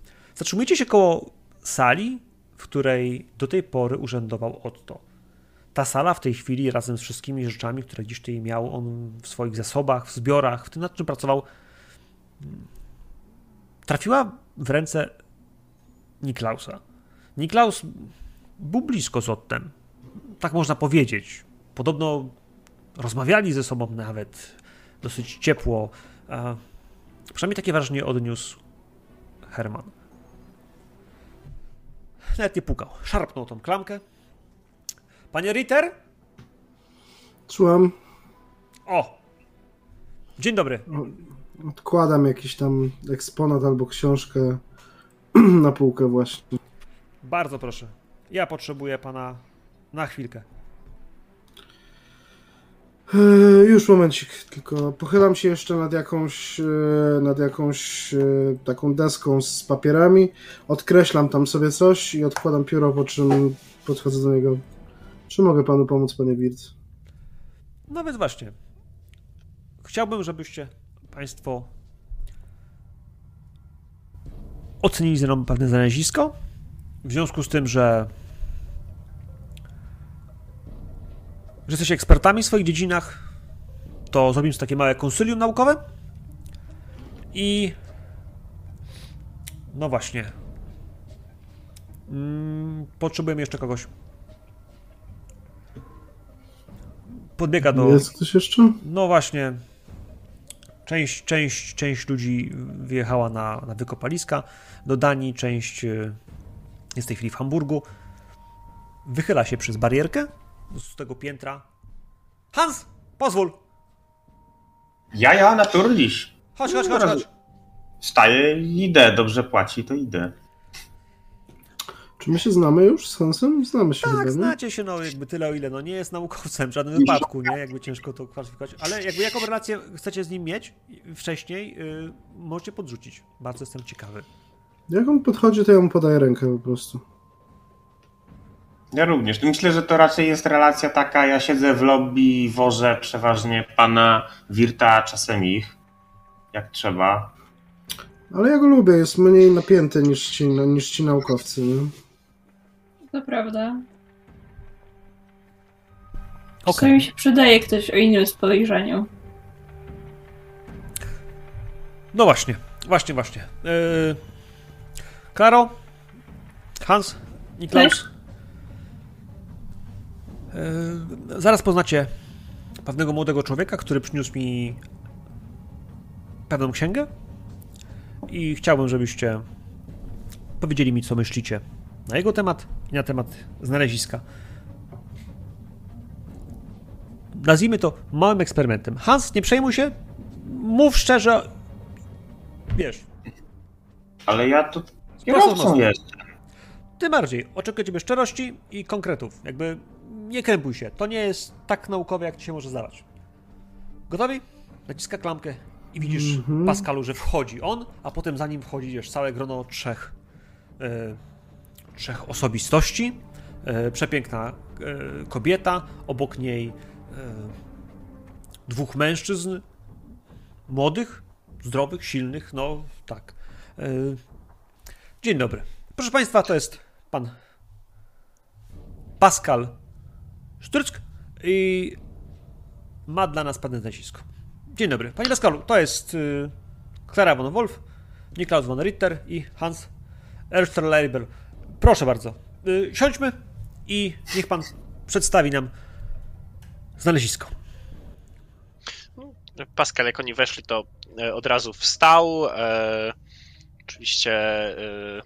Zatrzymujecie się koło sali, w której do tej pory urzędował Otto. ta sala w tej chwili razem z wszystkimi rzeczami, które gdzieś tutaj miał on w swoich zasobach, w zbiorach, w tym nad czym pracował, trafiła w ręce Niklausa. Niklaus był blisko z Ottem, tak można powiedzieć. Podobno rozmawiali ze sobą nawet dosyć ciepło. A przynajmniej takie wrażenie odniósł Herman. Nawet nie pukał. Szarpnął tą klamkę. Panie Ritter? Słucham. O! Dzień dobry. Odkładam jakiś tam eksponat albo książkę na półkę właśnie. Bardzo proszę. Ja potrzebuję pana na chwilkę. Eee, już momencik, tylko pochylam się jeszcze nad jakąś, e, nad jakąś e, taką deską z papierami, odkreślam tam sobie coś i odkładam pióro, po czym podchodzę do niego. Czy mogę panu pomóc, panie Wirt? No więc właśnie. Chciałbym, żebyście państwo ocenili ze mną pewne znalezisko. W związku z tym, że że jesteście ekspertami w swoich dziedzinach, to zrobimy takie małe konsylium naukowe i no właśnie mm, potrzebujemy jeszcze kogoś. Podbiega do... Jest ktoś jeszcze? No właśnie. Część, część, część ludzi wyjechała na, na wykopaliska do Danii, część jest w tej chwili w Hamburgu. Wychyla się przez barierkę z tego piętra. Hans, pozwól! Ja, ja, naturliś. Chodź, chodź, chodź, chodź. Wstaję i idę, dobrze płaci, to idę. Czy my się znamy już z Hansem? Znamy się Tak, chyba, nie? znacie się, no jakby tyle o ile, no nie jest naukowcem w żadnym wypadku, nie? Jakby ciężko to kwalifikować, ale jakby jaką relację chcecie z nim mieć wcześniej, yy, możecie podrzucić. Bardzo jestem ciekawy. Jak on podchodzi, to ja mu podaję rękę po prostu. Ja również. Myślę, że to raczej jest relacja taka, ja siedzę w lobby i wożę przeważnie pana Wirta, czasem ich, jak trzeba. Ale ja go lubię, jest mniej napięty niż ci, niż ci naukowcy, nie? To prawda. Okej. Czasami mi się przydaje ktoś o innym spojrzeniu. No właśnie, właśnie, właśnie. Yy... Klaro? Hans? Niklaus? Cześć. Yy, zaraz poznacie pewnego młodego człowieka, który przyniósł mi pewną księgę i chciałbym, żebyście powiedzieli mi, co myślicie na jego temat i na temat znaleziska. Nazwijmy to małym eksperymentem. Hans, nie przejmuj się, mów szczerze, wiesz. Ale ja tu Prosto kierowcą mocno. jest. Tym bardziej, oczekuję ciebie szczerości i konkretów. Jakby nie krępuj się. To nie jest tak naukowe, jak ci się może zdawać. Gotowi? Naciska klamkę i widzisz, Mhm. Pascalu, że wchodzi on, a potem za nim wchodzi wiesz, całe grono trzech, e, trzech osobistości. E, przepiękna e, kobieta, obok niej e, dwóch mężczyzn, młodych, zdrowych, silnych, no tak. E, dzień dobry. Proszę Państwa, to jest pan Pascal Sztryck i ma dla nas pewne znalezisko. Dzień dobry. Panie Pascalu, to jest y, Klara von Wolf, Niklaus von Ritter i Hans Erster-Leibel. Proszę bardzo, y, siądźmy i niech pan przedstawi nam znalezisko. Pascal, jak oni weszli, to e, od razu wstał. E, oczywiście e,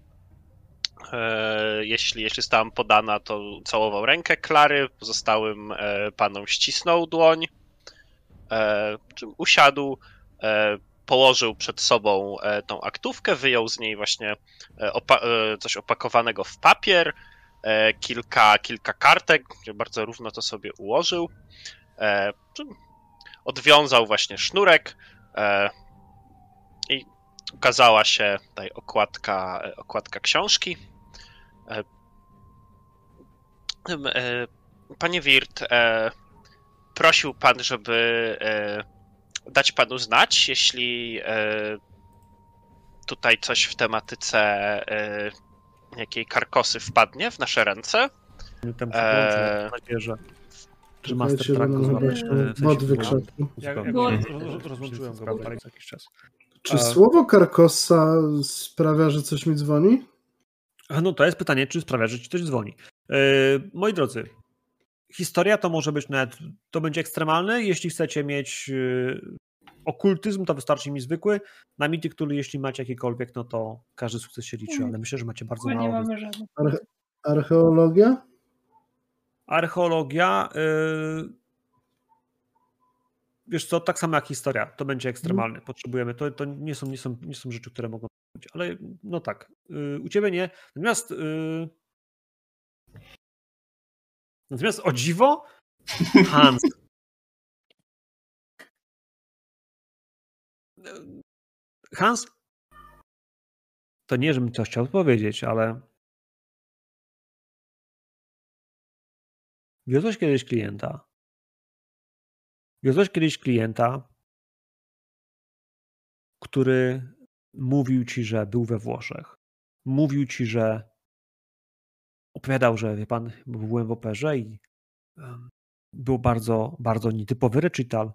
e, jeśli, jeśli została podana, to całował rękę Klary, pozostałym e, panom ścisnął dłoń, e, czym usiadł, e, położył przed sobą e, tą aktówkę, wyjął z niej właśnie e, opa- e, coś opakowanego w papier, e, kilka, kilka kartek, bardzo równo to sobie ułożył. E, czym odwiązał właśnie sznurek e, i ukazała się tutaj okładka, okładka książki. E, e, Panie Wirt, e, prosił pan, żeby e, dać panu znać, jeśli e, tutaj coś w tematyce e, jakiej karkosy wpadnie w nasze ręce. Temu Eee. mam nadzieję, że, że Czekajcie, Master bo Track nam go chyba złapie. się E, w sensie bot tego- wykrzakł. Jak, jak Bo- roz- rozłączyłem go parę za jakiś czas. Czy A- słowo Karkosa sprawia, że coś mi dzwoni? A no to jest pytanie, czy sprawia, że ci ktoś dzwoni. E, moi drodzy, historia to może być nawet, to będzie ekstremalne. Jeśli chcecie mieć e, okultyzm, to wystarczy mi zwykły. Na mity, który jeśli macie jakikolwiek, no to każdy sukces się liczy, ale myślę, że macie bardzo Chyba nie mało. mamy żadnych. Arche- archeologia? Archeologia, yy... wiesz co, tak samo jak historia, to będzie ekstremalne. Potrzebujemy, to, to nie, są, nie, są, nie są rzeczy, które mogą być, ale no tak, yy, u ciebie nie. Natomiast yy... natomiast o dziwo, Hans. Hans, to nie, żebym to chciał powiedzieć, ale wiozłeś kiedyś klienta. Wiozłeś kiedyś klienta, który mówił ci, że był we Włoszech. Mówił ci, że opowiadał, że wie pan, bo byłem w operze i um, był bardzo, bardzo nietypowy recital.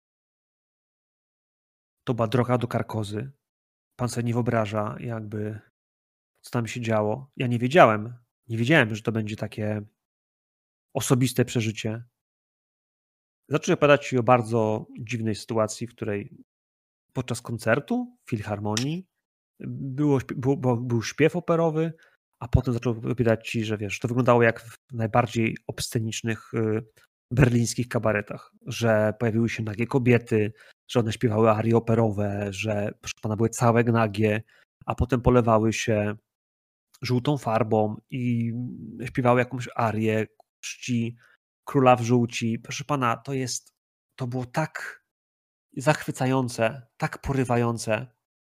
To była droga do Karkozy. Pan sobie nie wyobraża, jakby co tam się działo. Ja nie wiedziałem. Nie wiedziałem, że to będzie takie osobiste przeżycie. Zaczął opowiadać ci o bardzo dziwnej sytuacji, w której podczas koncertu w Filharmonii było, był, był śpiew operowy, a potem zaczął opowiadać ci, że wiesz, to wyglądało jak w najbardziej obscenicznych y, berlińskich kabaretach, że pojawiły się nagie kobiety, że one śpiewały arie operowe, że proszę pana były całe nagie, a potem polewały się żółtą farbą i śpiewały jakąś arię czci króla w żółci. Proszę pana, to jest, to było tak zachwycające, tak porywające.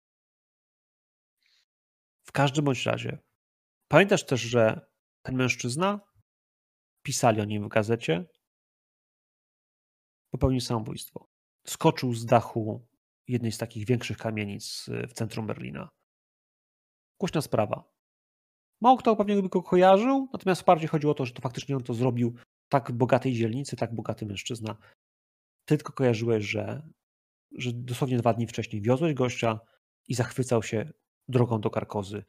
W każdym bądź razie. Pamiętasz też, że ten mężczyzna, pisali o nim w gazecie, popełnił samobójstwo. Skoczył z dachu jednej z takich większych kamienic w centrum Berlina. Głośna sprawa. Mało kto pewnie by go kojarzył, natomiast bardziej chodziło o to, że to faktycznie on to zrobił w tak bogatej dzielnicy, tak bogaty mężczyzna. Ty tylko kojarzyłeś, że, że dosłownie dwa dni wcześniej wiozłeś gościa i zachwycał się drogą do Karkozy.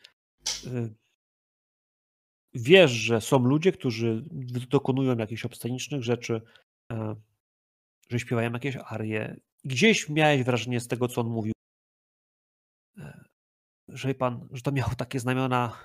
Wiesz, że są ludzie, którzy dokonują jakichś obscenicznych rzeczy, że śpiewają jakieś arie. Gdzieś miałeś wrażenie z tego, co on mówił, że pan, że to miało takie znamiona,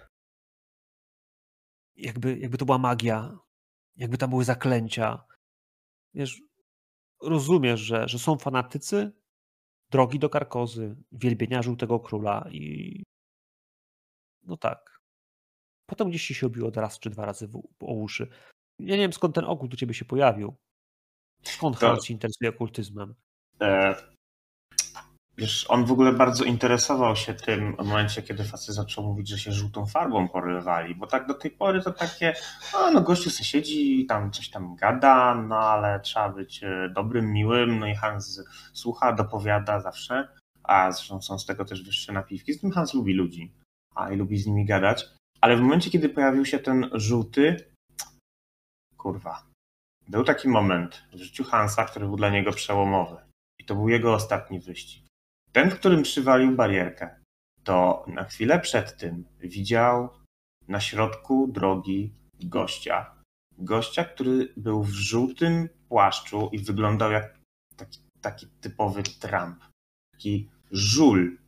jakby, jakby to była magia, jakby tam były zaklęcia. Wiesz, rozumiesz, że, że są fanatycy drogi do Karkozy, wielbienia Żółtego Króla i no tak. Potem gdzieś ci się obiło raz czy dwa razy w, o uszy. Ja nie wiem, skąd ten okult u ciebie się pojawił. Skąd To- Hans się interesuje okultyzmem? E, wiesz, on w ogóle bardzo interesował się tym w momencie, kiedy facet zaczął mówić, że się żółtą farbą porywali, bo tak do tej pory to takie, a no gościu se siedzi, tam coś tam gada, no ale trzeba być e, dobrym, miłym, no i Hans słucha, dopowiada zawsze, a zresztą są z tego też wyższe napiwki, z tym Hans lubi ludzi, a i lubi z nimi gadać, ale w momencie, kiedy pojawił się ten żółty, kurwa, był taki moment w życiu Hansa, który był dla niego przełomowy. I to był jego ostatni wyścig. Ten, w którym przywalił barierkę, to na chwilę przed tym widział na środku drogi gościa. Gościa, który był w żółtym płaszczu i wyglądał jak taki, taki typowy Trump. Taki żul.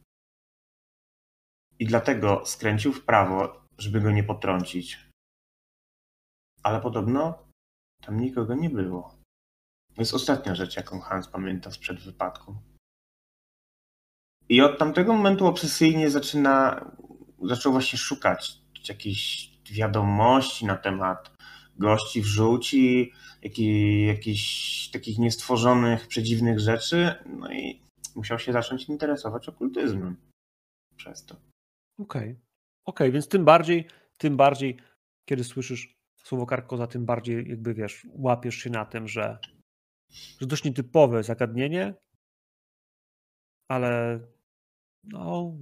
I dlatego skręcił w prawo, żeby go nie potrącić. Ale podobno tam nikogo nie było. To jest ostatnia rzecz, jaką Hans pamięta sprzed wypadku. I od tamtego momentu obsesyjnie zaczyna, zaczął właśnie szukać jakichś wiadomości na temat gości w żółci, jakich, jakichś takich niestworzonych, przedziwnych rzeczy. No i musiał się zacząć interesować okultyzmem przez to. Okej. Okay. Okej, okay, więc tym bardziej, tym bardziej, kiedy słyszysz słowo Karkoza, tym bardziej jakby wiesz, łapiesz się na tym, że, że dość nietypowe zagadnienie, ale no,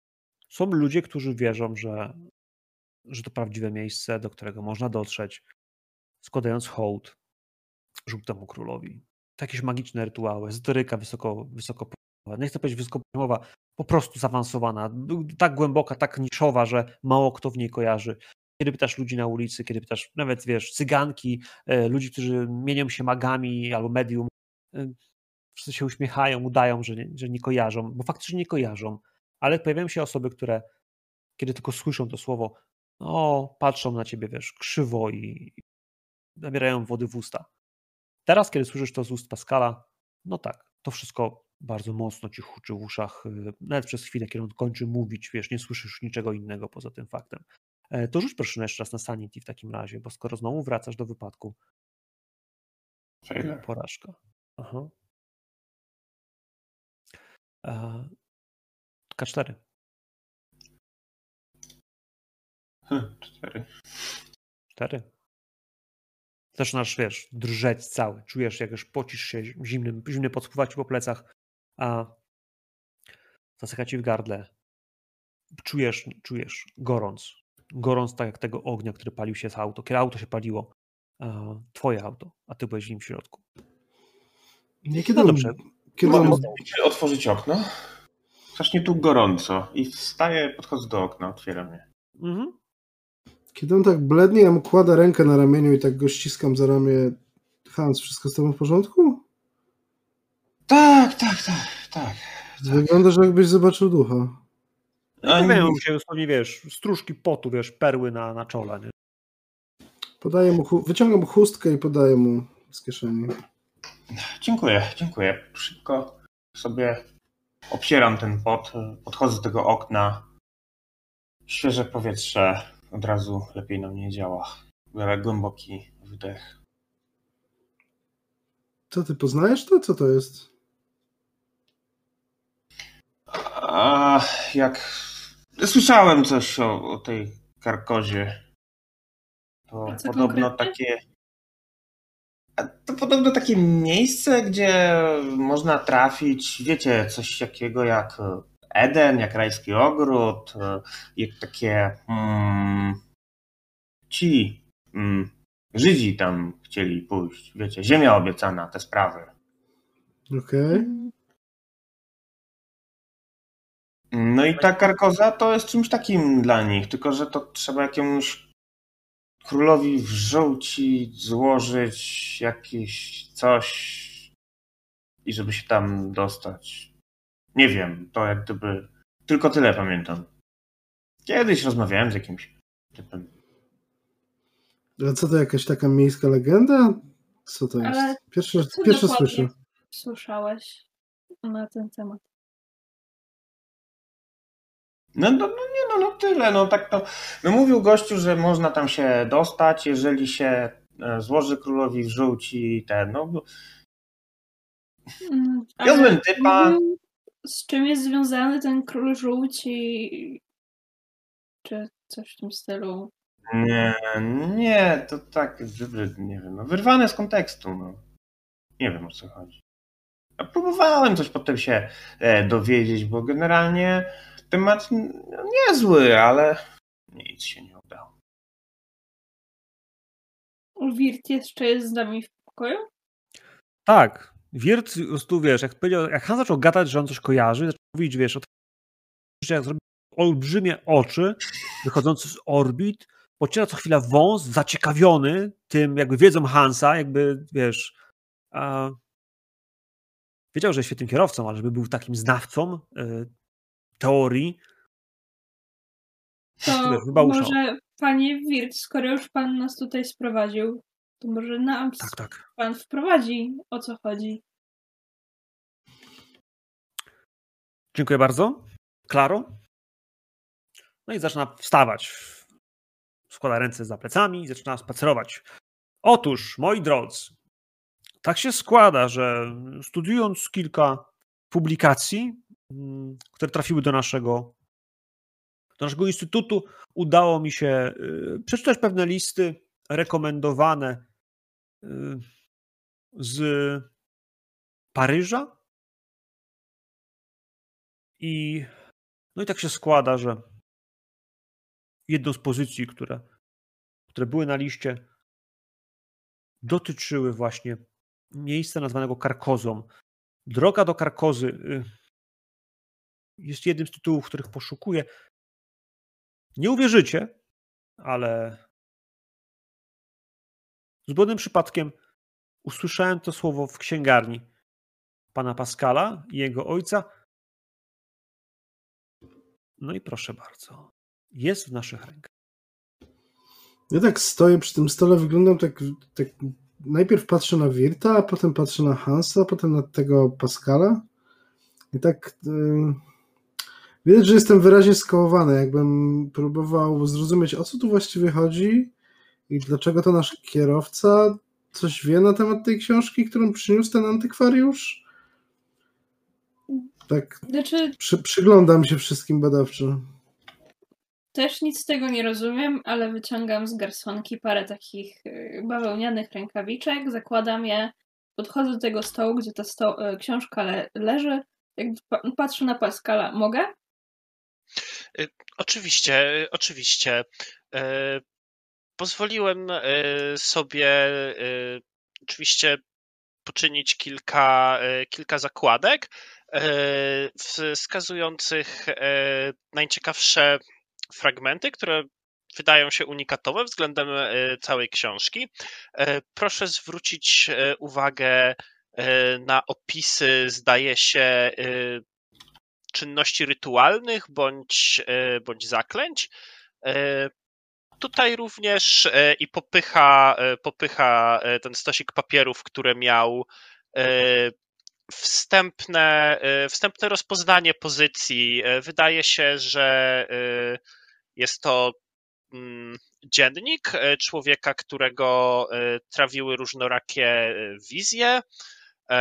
są ludzie, którzy wierzą, że, że to prawdziwe miejsce, do którego można dotrzeć. składając hołd żółtemu królowi. To jakieś magiczne rytuały, ezoteryka wysoko, wysoko nie chcę powiedzieć wysokopoziomowa, po prostu zaawansowana, tak głęboka, tak niszowa, że mało kto w niej kojarzy. Kiedy pytasz ludzi na ulicy, kiedy pytasz nawet, wiesz, cyganki, ludzi, którzy mienią się magami albo medium, wszyscy się uśmiechają, udają, że nie, że nie kojarzą, bo faktycznie nie kojarzą, ale pojawiają się osoby, które kiedy tylko słyszą to słowo, no, patrzą na ciebie, wiesz, krzywo i nabierają wody w usta. Teraz, kiedy słyszysz to z ust Pascala, no tak, to wszystko bardzo mocno ci huczy w uszach, nawet przez chwilę, kiedy on kończy mówić, wiesz, nie słyszysz niczego innego poza tym faktem. To rzuć proszę jeszcze raz na sanity w takim razie, bo skoro znowu wracasz do wypadku. Failure. Porażka. Aha. K cztery. Hm, cztery. Cztery. Zaczynasz, wiesz, drżeć cały. Czujesz, jak już pocisz się zimnym, zimny pot spływa ci po plecach, a zasycha ci w gardle. Czujesz, czujesz gorąc. Gorąc tak jak tego ognia, który palił się z auto. Kiedy auto się paliło, twoje auto, a ty byłeś w nim w środku. Nie, kiedy no on, dobrze. Kiedy Mogę on... otworzyć okno? Strasznie tu gorąco. I wstaję, podchodzę do okna, otwieram je. Mhm. Kiedy on tak blednie, ja mu kładę rękę na ramieniu i tak go ściskam za ramię. Hans, wszystko z tobą w porządku? Tak, tak, tak, tak. Wygląda, że jakbyś zobaczył ducha. Pojawiają się dosłownie, wiesz, stróżki potu, wiesz, perły na, na czole. Nie? Podaję mu, chu- wyciągam chustkę i podaję mu z kieszeni. Dziękuję, dziękuję. Szybko sobie obcieram ten pot, podchodzę do tego okna. Świeże powietrze od razu lepiej na mnie działa. Biorę głęboki wdech. Co, ty poznajesz to? Co to jest? A jak słyszałem coś o, o tej Karkozie. To A co podobno konkretnie? takie. A to podobno takie miejsce, gdzie można trafić, wiecie, coś takiego jak Eden, jak rajski ogród, jak takie mm, ci mm, Żydzi tam chcieli pójść, wiecie, ziemia obiecana, te sprawy. Okej. No i ta Karkoza to jest czymś takim dla nich, tylko że to trzeba jakiemuś królowi wrzucić, złożyć jakieś coś i żeby się tam dostać. Nie wiem, to jak gdyby tylko tyle pamiętam. Kiedyś rozmawiałem z jakimś typem. A co to, jakaś taka miejska legenda? Co to jest? Ale Pierwszy, co pierwszy dokładnie słyszę. słyszałeś na ten temat? No, no, no nie, no, no tyle, no tak to. No mówił gościu, że można tam się dostać, jeżeli się e, złoży królowi wrzuci ten, no. Mm, Ja złem typa. mówił, z czym jest związany ten król żółci? Czy coś w tym stylu? Nie, nie, to tak, nie wiem, no, wyrwane z kontekstu, no. Nie wiem, o co chodzi. Ja próbowałem coś potem się e, dowiedzieć, bo generalnie temat no, niezły, ale nic się nie udało. Wirt jeszcze jest z nami w pokoju? Tak. Wirt, po prostu, wiesz, jak, powiedział, jak Han zaczął gadać, że on coś kojarzy, zaczął mówić, wiesz, od jak zrobił olbrzymie oczy wychodzące z orbit, pociera co chwila wąs, zaciekawiony tym jakby wiedzą Hansa, jakby, wiesz, a... wiedział, że jest świetnym kierowcą, ale żeby był takim znawcą y, teorii, To wiesz, wybałuszał. może panie Wirt, skoro już pan nas tutaj sprowadził, to może nam Tak, tak. pan wprowadzi, o co chodzi. Dziękuję bardzo. Klaro? No i zaczyna wstawać. Składa ręce za plecami i zaczyna spacerować. Otóż, moi drodzy, tak się składa, że studiując kilka publikacji, które trafiły do naszego, do naszego instytutu, udało mi się przeczytać pewne listy rekomendowane z Paryża. I no i tak się składa, że jedną z pozycji, które, które były na liście, dotyczyły właśnie miejsca nazwanego Karkozą. Droga do Karkozy jest jednym z tytułów, których poszukuję. Nie uwierzycie, ale zgodnym przypadkiem usłyszałem to słowo w księgarni pana Pascala i jego ojca. No i proszę bardzo, jest w naszych rękach. Ja tak stoję przy tym stole, wyglądam tak, tak najpierw patrzę na Wirta, a potem patrzę na Hansa, a potem na tego Pascala i tak yy, widać, że jestem wyraźnie skołowany, jakbym próbował zrozumieć, o co tu właściwie chodzi i dlaczego to nasz kierowca coś wie na temat tej książki, którą przyniósł ten antykwariusz. Tak Znaczy, przy, przyglądam się wszystkim badawczo. też nic z tego nie rozumiem, ale wyciągam z garsonki parę takich y, bawełnianych rękawiczek, zakładam je, podchodzę do tego stołu, gdzie ta sto- y, książka le- leży, jak pa- patrzę na Pascala. Mogę? Y, Oczywiście, y, oczywiście. Y, Pozwoliłem y, sobie y, oczywiście poczynić kilka, y, kilka zakładek y, wskazujących y, najciekawsze fragmenty, które wydają się unikatowe względem y, całej książki. Y, Proszę zwrócić y, uwagę y, na opisy, zdaje się, y, czynności rytualnych bądź, y, bądź zaklęć. Y, Tutaj również y, i popycha, y, popycha y, ten stosik papierów, które miał y, wstępne, y, wstępne rozpoznanie pozycji. Y, Wydaje się, że y, jest to mm, dziennik y, człowieka, którego y, trawiły różnorakie y, wizje, y,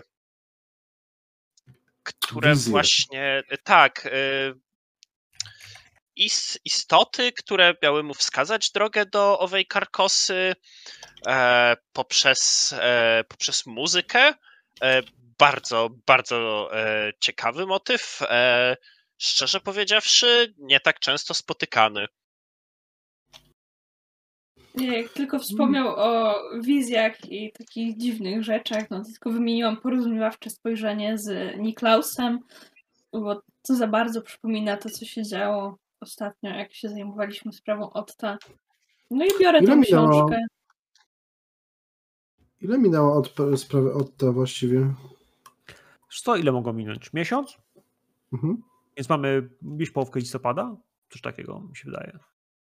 które Wizje. właśnie, y, tak, y, is- istoty, które miały mu wskazać drogę do owej Karkosy e, poprzez, e, poprzez muzykę. E, bardzo, bardzo e, ciekawy motyw. E, szczerze powiedziawszy, nie tak często spotykany. Nie, jak tylko wspomniał o wizjach i takich dziwnych rzeczach, no to tylko wymieniłam porozumiewawcze spojrzenie z Niklausem, bo to za bardzo przypomina to, co się działo ostatnio, jak się zajmowaliśmy sprawą Otta. No i biorę Ile tę minęło? książkę. Ile minęło od p- sprawy od to właściwie? Co, ile mogło minąć? Miesiąc? Mhm. Więc mamy gdzieś połówkę listopada? Coś takiego mi się wydaje.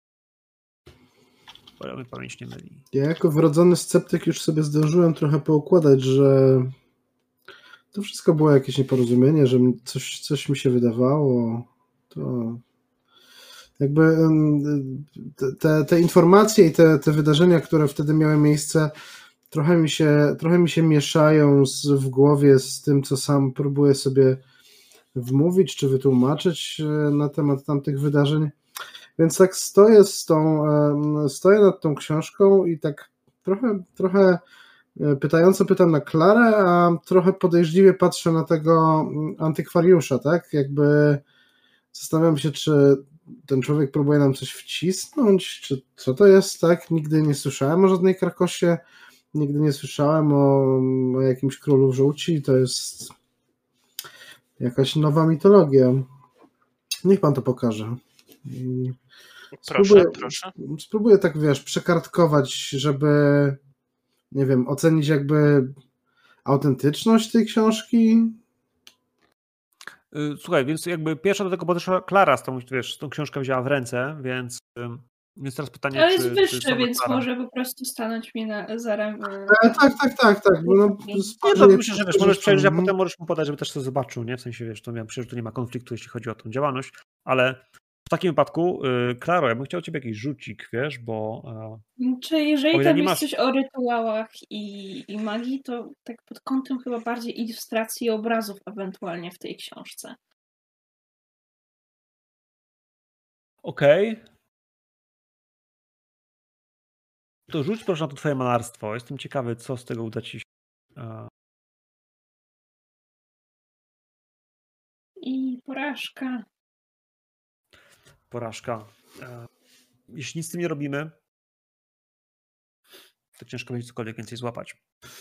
Bo mnie pamięć nie myli. Ja jako wrodzony sceptyk już sobie zdążyłem trochę poukładać, że to wszystko było jakieś nieporozumienie, że coś, coś mi się wydawało. To jakby em, te, te informacje i te, te wydarzenia, które wtedy miały miejsce, trochę mi się, trochę mi się mieszają z, w głowie z tym, co sam próbuję sobie wmówić czy wytłumaczyć e, na temat tamtych wydarzeń. Więc tak stoję z tą, em, stoję nad tą książką i tak trochę, trochę e, pytająco pytam na Klarę, a trochę podejrzliwie patrzę na tego mm, antykwariusza, tak? Jakby zastanawiam się, czy ten człowiek próbuje nam coś wcisnąć, czy co to jest, tak? Nigdy nie słyszałem o żadnej Karkosie, nigdy nie słyszałem o, o jakimś królu żółci, to jest jakaś nowa mitologia. Niech pan to pokaże. I Proszę, spróbuję, proszę. spróbuję tak, wiesz, przekartkować, żeby, nie wiem, ocenić jakby autentyczność tej książki. Y, Słuchaj, więc jakby pierwsza do tego podeszła Klara z tą, wiesz, tą książkę wzięła w ręce, więc, ym, więc teraz pytanie, Ale czy, jest czy wyższy, sama więc Klara... może po prostu stanąć mi na, za ręką. E, tak, tak, tak, tak. Bo no, Nie, to spojrzenie myślę, że wiesz, przez możesz przejrzeć, a mhm. potem możesz mu podać, żeby też to zobaczył, nie? W sensie, wiesz, to ja myślę, że tu nie ma konfliktu, jeśli chodzi o tą działalność, ale w takim wypadku, yy, Klaro, ja bym chciał ciebie jakiś rzucik, wiesz, bo... Yy, Czy jeżeli O ile tam nie jest masz- coś o rytuałach i, i magii, to tak pod kątem chyba bardziej ilustracji i obrazów ewentualnie w tej książce. Okej. To rzuć proszę na to twoje malarstwo. Jestem ciekawy, co z tego uda ci się. Yy, I porażka. porażka. Yy, jeśli nic z tym nie robimy, to ciężko będzie cokolwiek więcej złapać.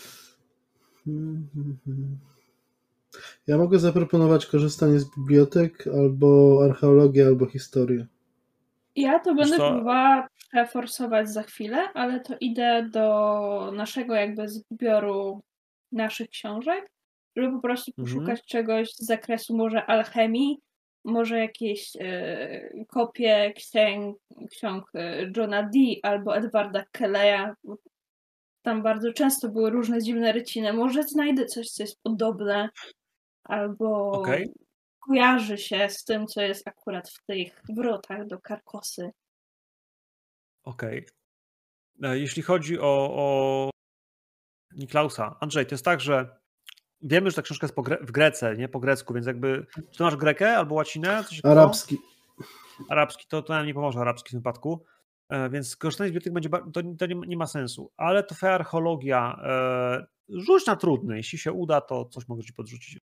Ja mogę zaproponować korzystanie z bibliotek, albo archeologię, albo historię. Ja to będę co? próbowała przeforsować za chwilę, ale to idę do naszego jakby zbioru naszych książek, żeby po prostu Mhm. poszukać czegoś z zakresu może alchemii, może jakieś e, kopie księg, ksiąg e, Johna Dee albo Edwarda Kelleya. Tam bardzo często były różne dziwne ryciny. Może znajdę coś, co jest podobne, albo Okej. kojarzy się z tym, co jest akurat w tych wrotach do Karkosy. Okej. E, Jeśli chodzi o, o Niklausa, Andrzej, to jest tak, że wiemy, że ta książka jest po gre- w Grece, nie po grecku, więc jakby, czy to masz grekę albo łacinę? Coś takiego? Arabski. Arabski, to, to nam nie pomoże arabski w tym wypadku, e, więc korzystanie z bibliotek będzie, ba- to, to nie, nie ma sensu, ale to twoja archeologia, e, rzuć na trudny, jeśli się uda, to coś mogę ci podrzucić.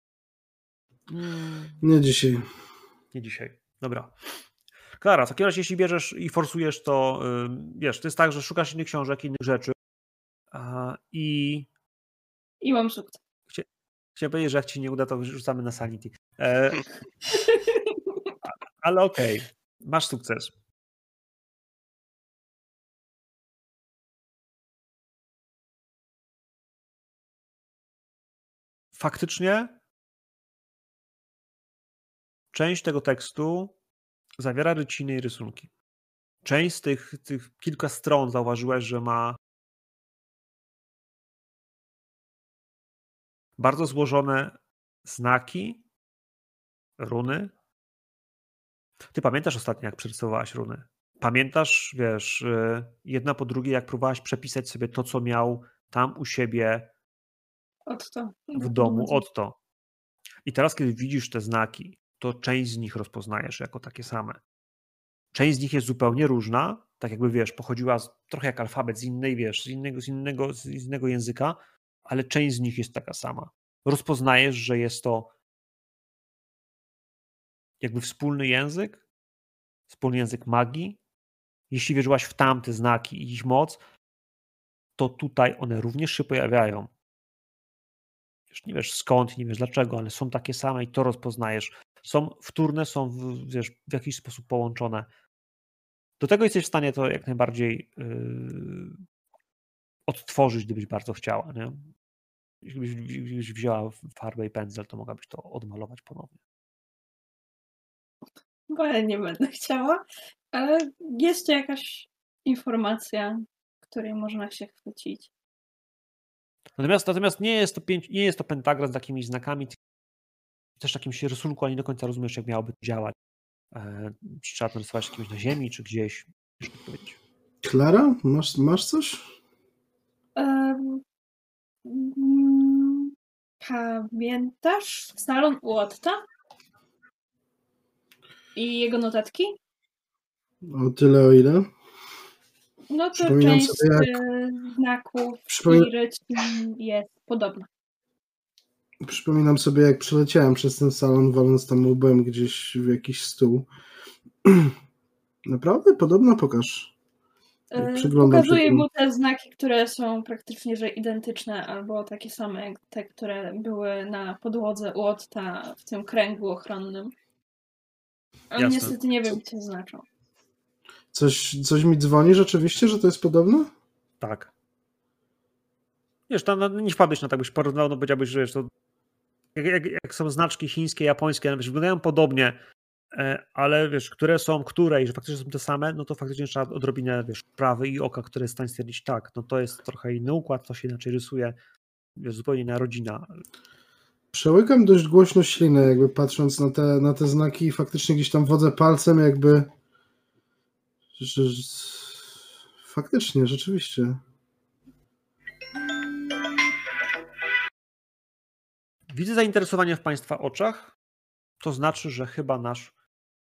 Mm, Nie dzisiaj. nie dzisiaj, dobra. Klara, w takim razie jeśli bierzesz i forsujesz, to y, wiesz, to jest tak, że szukasz innych książek, innych rzeczy a, i I mam sukces. chciałem powiedzieć, że jak ci nie uda, to wyrzucamy na sanity. E, ale okej, masz sukces. Faktycznie część tego tekstu zawiera ryciny i rysunki. Część z tych, tych kilka stron zauważyłeś, że ma bardzo złożone znaki, runy. Ty pamiętasz ostatnio, jak przerysowałaś runy? Pamiętasz, wiesz, y, jedna po drugiej, jak próbowałaś przepisać sobie to, co miał tam u siebie Otto. w domu Otto. I teraz, kiedy widzisz te znaki, to część z nich rozpoznajesz jako takie same. Część z nich jest zupełnie różna, tak jakby, wiesz, pochodziła z, trochę jak alfabet z innej, wiesz, z innego, z, innego, z innego języka, ale część z nich jest taka sama. Rozpoznajesz, że jest to jakby wspólny język, wspólny język magii. Jeśli wierzyłaś w tamte znaki i ich moc, to tutaj one również się pojawiają. Wiesz, nie wiesz skąd, nie wiesz dlaczego, ale są takie same i to rozpoznajesz. Są wtórne, są w, wiesz, w jakiś sposób połączone. Do tego jesteś w stanie to jak najbardziej yy, odtworzyć, gdybyś bardzo chciała. Nie? Gdybyś, gdybyś wzięła farbę i pędzel, to mogłabyś to odmalować ponownie. Bo ja nie będę chciała, ale jest to jakaś informacja, której można się chwycić. Natomiast, natomiast nie, jest to pięć, nie jest to pentagram z takimi znakami, też jakimś rysunku, ani do końca rozumiesz, jak miałoby to działać. E, czy trzeba to rysować kimś na ziemi, czy gdzieś. Ciężko powiedzieć. Klara, masz, masz coś? Um, mm, pamiętasz salon u Otta? I jego notatki? O tyle, o ile. No to Przypominam część sobie, jak- e, znaków Przypomin- i rycin jest podobna. Przypominam sobie, jak przeleciałem przez ten salon, waląc tam łbem gdzieś w jakiś stół. Naprawdę? Podobno? Pokaż. Jak E, przyglądam się Pokazuję tym. mu te znaki, które są praktycznie że identyczne, albo takie same jak te, które były na podłodze u Otta w tym kręgu ochronnym. Ale Jasne. niestety nie wiem, co znaczą. Coś, coś mi dzwoni rzeczywiście, że to jest podobne? Tak. Wiesz, tam no, nie wpadłeś na tak, byś porównał, no powiedziałbyś, że wiesz, to jak, jak, jak są znaczki chińskie, japońskie, wiesz, wyglądają podobnie, e, ale wiesz, które są które i że faktycznie są te same, no to faktycznie trzeba odrobinę, wiesz, prawy i oka, które jest w stanie stwierdzić tak, no to jest trochę inny układ, to się inaczej rysuje, wiesz, zupełnie inna rodzina. Przełykam dość głośno ślinę, jakby patrząc na te, na te znaki i faktycznie gdzieś tam wodzę palcem, jakby że, że... faktycznie, rzeczywiście. Widzę zainteresowanie w Państwa oczach, to znaczy, że chyba nasz...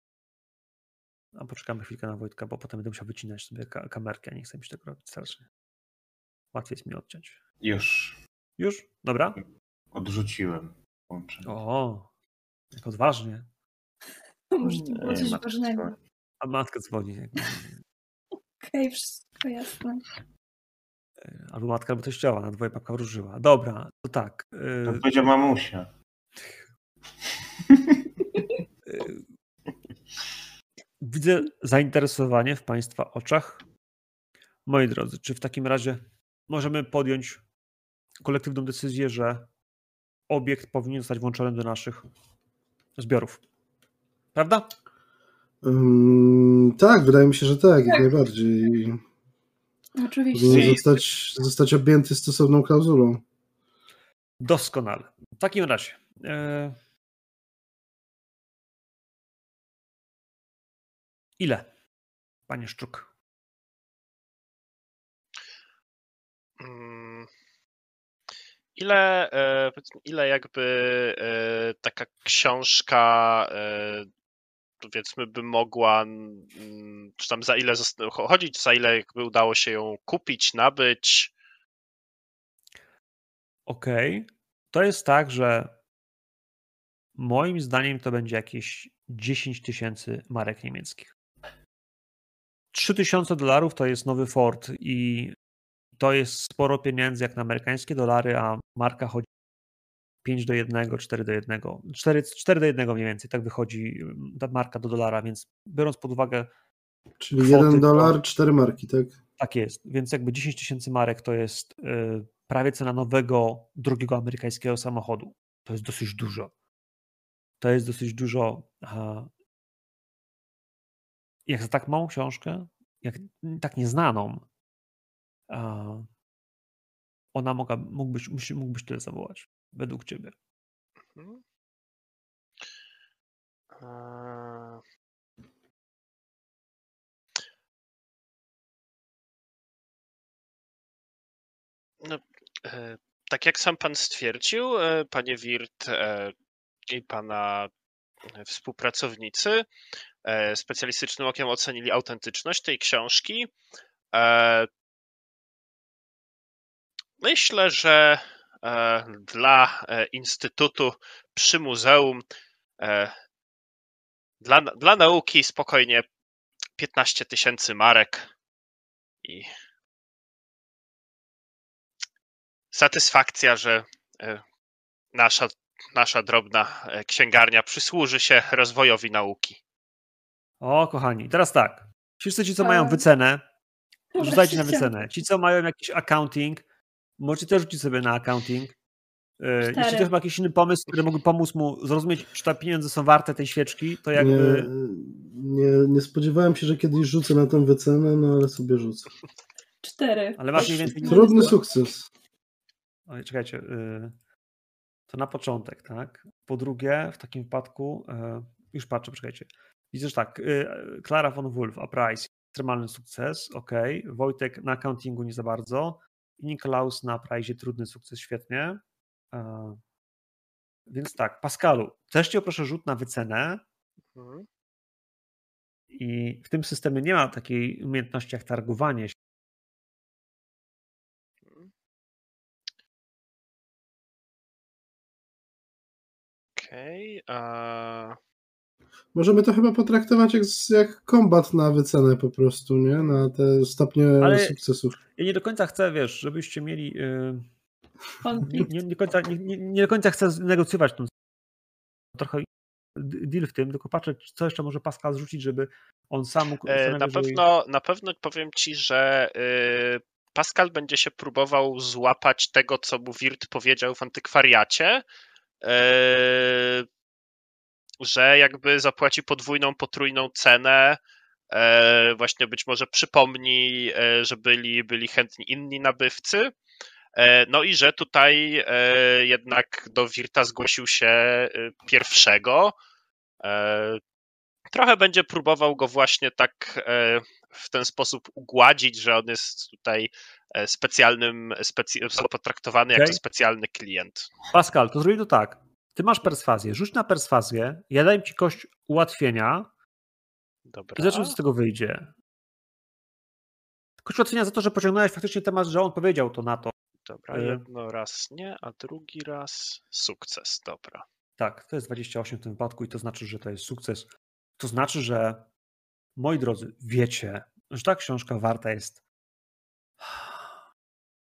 A poczekamy chwilkę na Wojtka, bo potem będę musiał wycinać sobie ka- kamerkę, a nie chcę mi się tego robić strasznie. Łatwiej jest mi odciąć. Już Już? Dobra? odrzuciłem połączenie. O, jak odważnie. Może to było Nie, coś matka ważnego. dzwoni. A matka dzwoni. Okej, okay, wszystko jasne. Albo matka, albo teściowa, na dwoje babka wróżyła. Dobra, to tak. To powiedział mamusia. Widzę zainteresowanie w Państwa oczach. Moi drodzy, czy w takim razie możemy podjąć kolektywną decyzję, że obiekt powinien zostać włączony do naszych zbiorów? Prawda? Um, tak, wydaje mi się, że tak, jak najbardziej. Oczywiście. Powinien zostać, zostać objęty stosowną klauzulą. Doskonale. W takim razie. E... Ile, panie Szczuk? Mm, Ile, e, powiedzmy, ile jakby e, taka książka e, powiedzmy by mogła, mm, czy tam za ile zosta- chodzić, za ile jakby udało się ją kupić, nabyć? Okej. Okay. To jest tak, że moim zdaniem to będzie jakieś dziesięć tysięcy marek niemieckich. trzy tysiące dolarów to jest nowy Ford i to jest sporo pieniędzy jak na amerykańskie dolary, a marka chodzi pięć do jednego, cztery do jednego. cztery, cztery do jednego mniej więcej, tak wychodzi ta marka do dolara, więc biorąc pod uwagę Czyli kwoty, jeden dolar, to, cztery marki, tak? tak jest, więc jakby dziesięć tysięcy marek to jest y, prawie cena nowego, drugiego amerykańskiego samochodu. To jest dosyć dużo. To jest dosyć dużo. A jak za tak małą książkę, jak tak nieznaną, a ona mogła, mógłbyś, mógłbyś tyle zawołać, według ciebie. Mhm. Eee... No, e, tak jak sam pan stwierdził, e, panie Wirt e, i pana współpracownicy e, specjalistycznym okiem ocenili autentyczność tej książki. E, myślę, że e, dla e, Instytutu przy Muzeum e, dla, dla nauki spokojnie piętnaście tysięcy marek i satysfakcja, że e, nasza, nasza drobna e, księgarnia przysłuży się rozwojowi nauki. O, kochani, teraz tak. Wszyscy ci, co A... mają wycenę, Dobra, rzucajcie na chciałam- wycenę. Ci, co mają jakiś accounting, możecie też rzucić sobie na accounting. Yy, Cztery. Jeśli ktoś ma jakiś inny pomysł, który mógłby pomóc mu zrozumieć, czy te pieniądze są warte tej świeczki, to Nie, jakby... nie, nie spodziewałem się, że kiedyś rzucę na tę wycenę, no ale sobie rzucę. Cztery. Ale masz mniej więcej... Trudny sukces. Oj, czekajcie. Yy, to na początek, tak? Po drugie, w takim wypadku... Yy, już patrzę, czekajcie. Widzisz tak, yy, Klara von Wolf, Uprise, ekstremalny sukces, ok. Wojtek na accountingu nie za bardzo. Niklaus na Prize, trudny sukces, świetnie. Yy, więc tak, Pascalu, też cię proszę rzut na wycenę. Mhm. I w tym systemie nie ma takiej umiejętności jak targowanie się. Okej. Okay, a... Możemy to chyba potraktować jak, jak kombat na wycenę po prostu, nie? Na te stopnie Ale sukcesów. Ja nie do końca chcę, wiesz, żebyście mieli... Yy, nie, nie, nie, końca, nie, nie, nie do końca chcę negocjować tą trochę deal w tym, tylko patrzę, co jeszcze może Pascal zrzucić, żeby on sam mógł... E, na, pewno, na pewno powiem ci, że y, Pascal będzie się próbował złapać tego, co mu Wirt powiedział w antykwariacie, y, że jakby zapłaci podwójną, potrójną cenę, y, właśnie być może przypomni, y, że byli, byli chętni inni nabywcy, y, no i że tutaj y, jednak do Wirta zgłosił się y, pierwszego. Y, Trochę będzie próbował go właśnie tak w ten sposób ugładzić, że on jest tutaj specjalnym, specy- potraktowany Okay. jako specjalny klient. Pascal, to zrobimy to tak. Ty masz perswazję. Rzuć na perswazję, ja dam ci kość ułatwienia. Dobra. I zobaczymy, co z tego wyjdzie. Kość ułatwienia za to, że pociągnąłeś faktycznie temat, że on powiedział to na to. Dobra, jedno raz nie, a drugi raz sukces. Dobra. Tak, to jest dwadzieścia osiem w tym wypadku i to znaczy, że to jest sukces. To znaczy, że moi drodzy, wiecie, że ta książka warta jest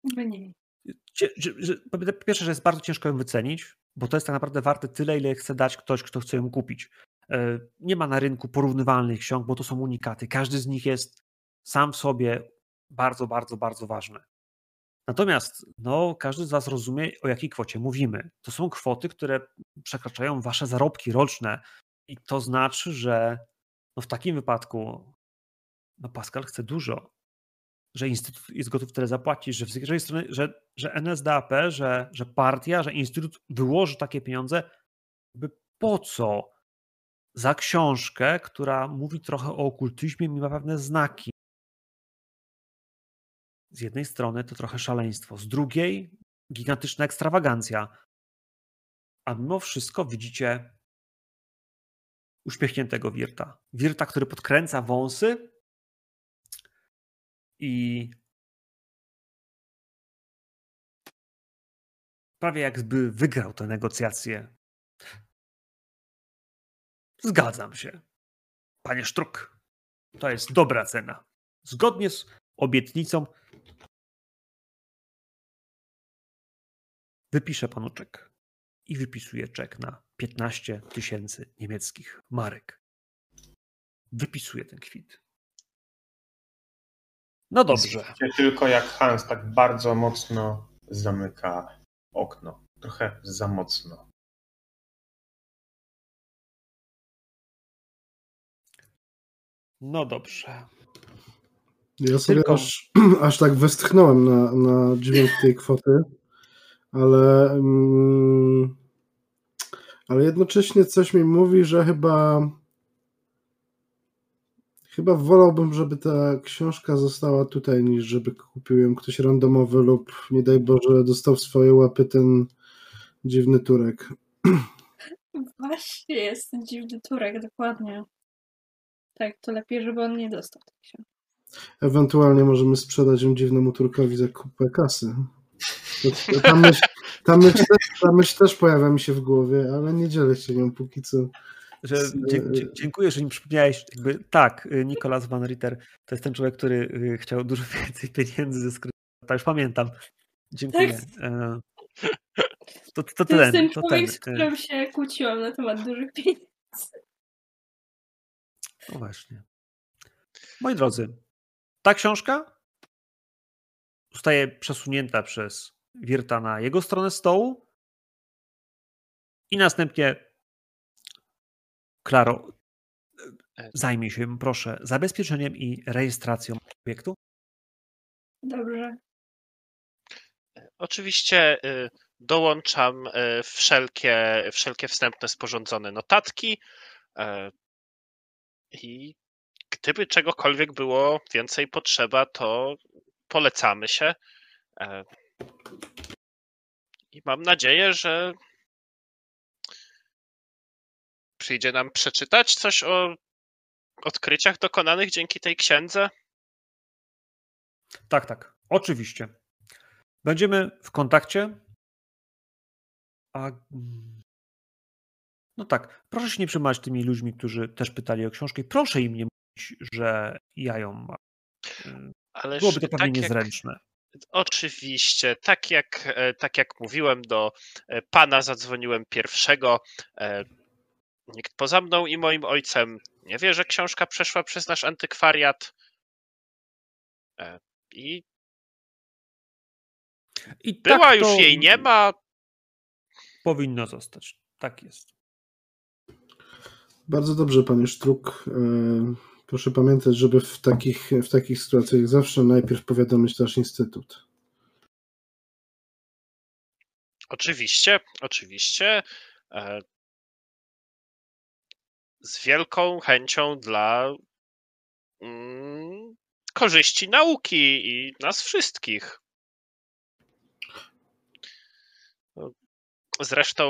Mniej. Cie- że- że- Po pierwsze, że jest bardzo ciężko ją wycenić, bo to jest tak naprawdę warte tyle, ile chce dać ktoś, kto chce ją kupić. E, Nie ma na rynku porównywalnych ksiąg, bo to są unikaty. Każdy z nich jest sam w sobie bardzo, bardzo, bardzo ważny. Natomiast no, każdy z Was rozumie, o jakiej kwocie mówimy. To są kwoty, które przekraczają Wasze zarobki roczne i to znaczy, że no, w takim wypadku no, Pascal chce dużo, że Instytut jest gotów tyle zapłacić, że, z jednej strony, że, że N S D A P, że, że partia, że Instytut wyłoży takie pieniądze, by po co? Za książkę, która mówi trochę o okultyzmie i ma pewne znaki. Z jednej strony to trochę szaleństwo, z drugiej gigantyczna ekstrawagancja. A mimo wszystko widzicie uśmiechniętego Wirta. Wirta, który podkręca wąsy i prawie jakby wygrał te negocjacje. Zgadzam się. Panie Sztruk, to jest dobra cena. Zgodnie z obietnicą wypiszę panu czek. I wypisuję czek na piętnaście tysięcy niemieckich marek. Wypisuję ten kwit. No dobrze. Widzicie tylko jak Hans tak bardzo mocno zamyka okno. Trochę za mocno. No dobrze. Ja sobie Tylko- aż, aż tak westchnąłem na, na dźwięk tej kwoty, ale, mm, ale jednocześnie coś mi mówi, że chyba chyba wolałbym, żeby ta książka została tutaj, niż żeby kupił ją ktoś randomowy lub nie daj Boże dostał w swoje łapy ten dziwny Turek. Właśnie jest ten dziwny Turek, dokładnie. Tak, to lepiej, żeby on nie dostał tej książki. Ewentualnie możemy sprzedać ją dziwnemu Turkowi za kupę kasy. To, to, ta, myśl, ta, myśl też, ta myśl też pojawia mi się w głowie, ale nie dzielę się nią póki co. Że, dzie, dzie, dziękuję, że mi przypomniałeś. Jakby, tak, Nicolas van Ritter to jest ten człowiek, który chciał dużo więcej pieniędzy ze skrypta. Już pamiętam. Dziękuję. Tak. To, to, To ten, jest ten to człowiek, ten. z którym się kłóciłam na temat dużych pieniędzy. No właśnie. Moi drodzy, ta książka zostaje przesunięta przez Wirta na jego stronę stołu i następnie Klaro, zajmij się, proszę, zabezpieczeniem i rejestracją obiektu. Dobrze. Oczywiście y, dołączam y, wszelkie, wszelkie wstępne sporządzone notatki y, i gdyby czegokolwiek było więcej potrzeba, to polecamy się. Y, I mam nadzieję, że przyjdzie nam przeczytać coś o odkryciach dokonanych dzięki tej księdze. Tak, tak, oczywiście. Będziemy w kontakcie. A... No tak, proszę się nie przejmować tymi ludźmi, którzy też pytali o książkę. Proszę im nie mówić, że ja ją mam. Ależ Byłoby to pewnie tak jak, niezręczne. oczywiście, tak jak, tak jak mówiłem, do pana zadzwoniłem pierwszego. Nikt poza mną i moim ojcem nie wie, że książka przeszła przez nasz antykwariat. I, I była tak już to jej nie ma. Powinno zostać. Tak jest. Bardzo dobrze, panie Sztruk. Proszę pamiętać, żeby w takich, w takich sytuacjach zawsze najpierw powiadomić nasz instytut. Oczywiście, oczywiście. Z wielką chęcią dla mm, korzyści nauki i nas wszystkich. Zresztą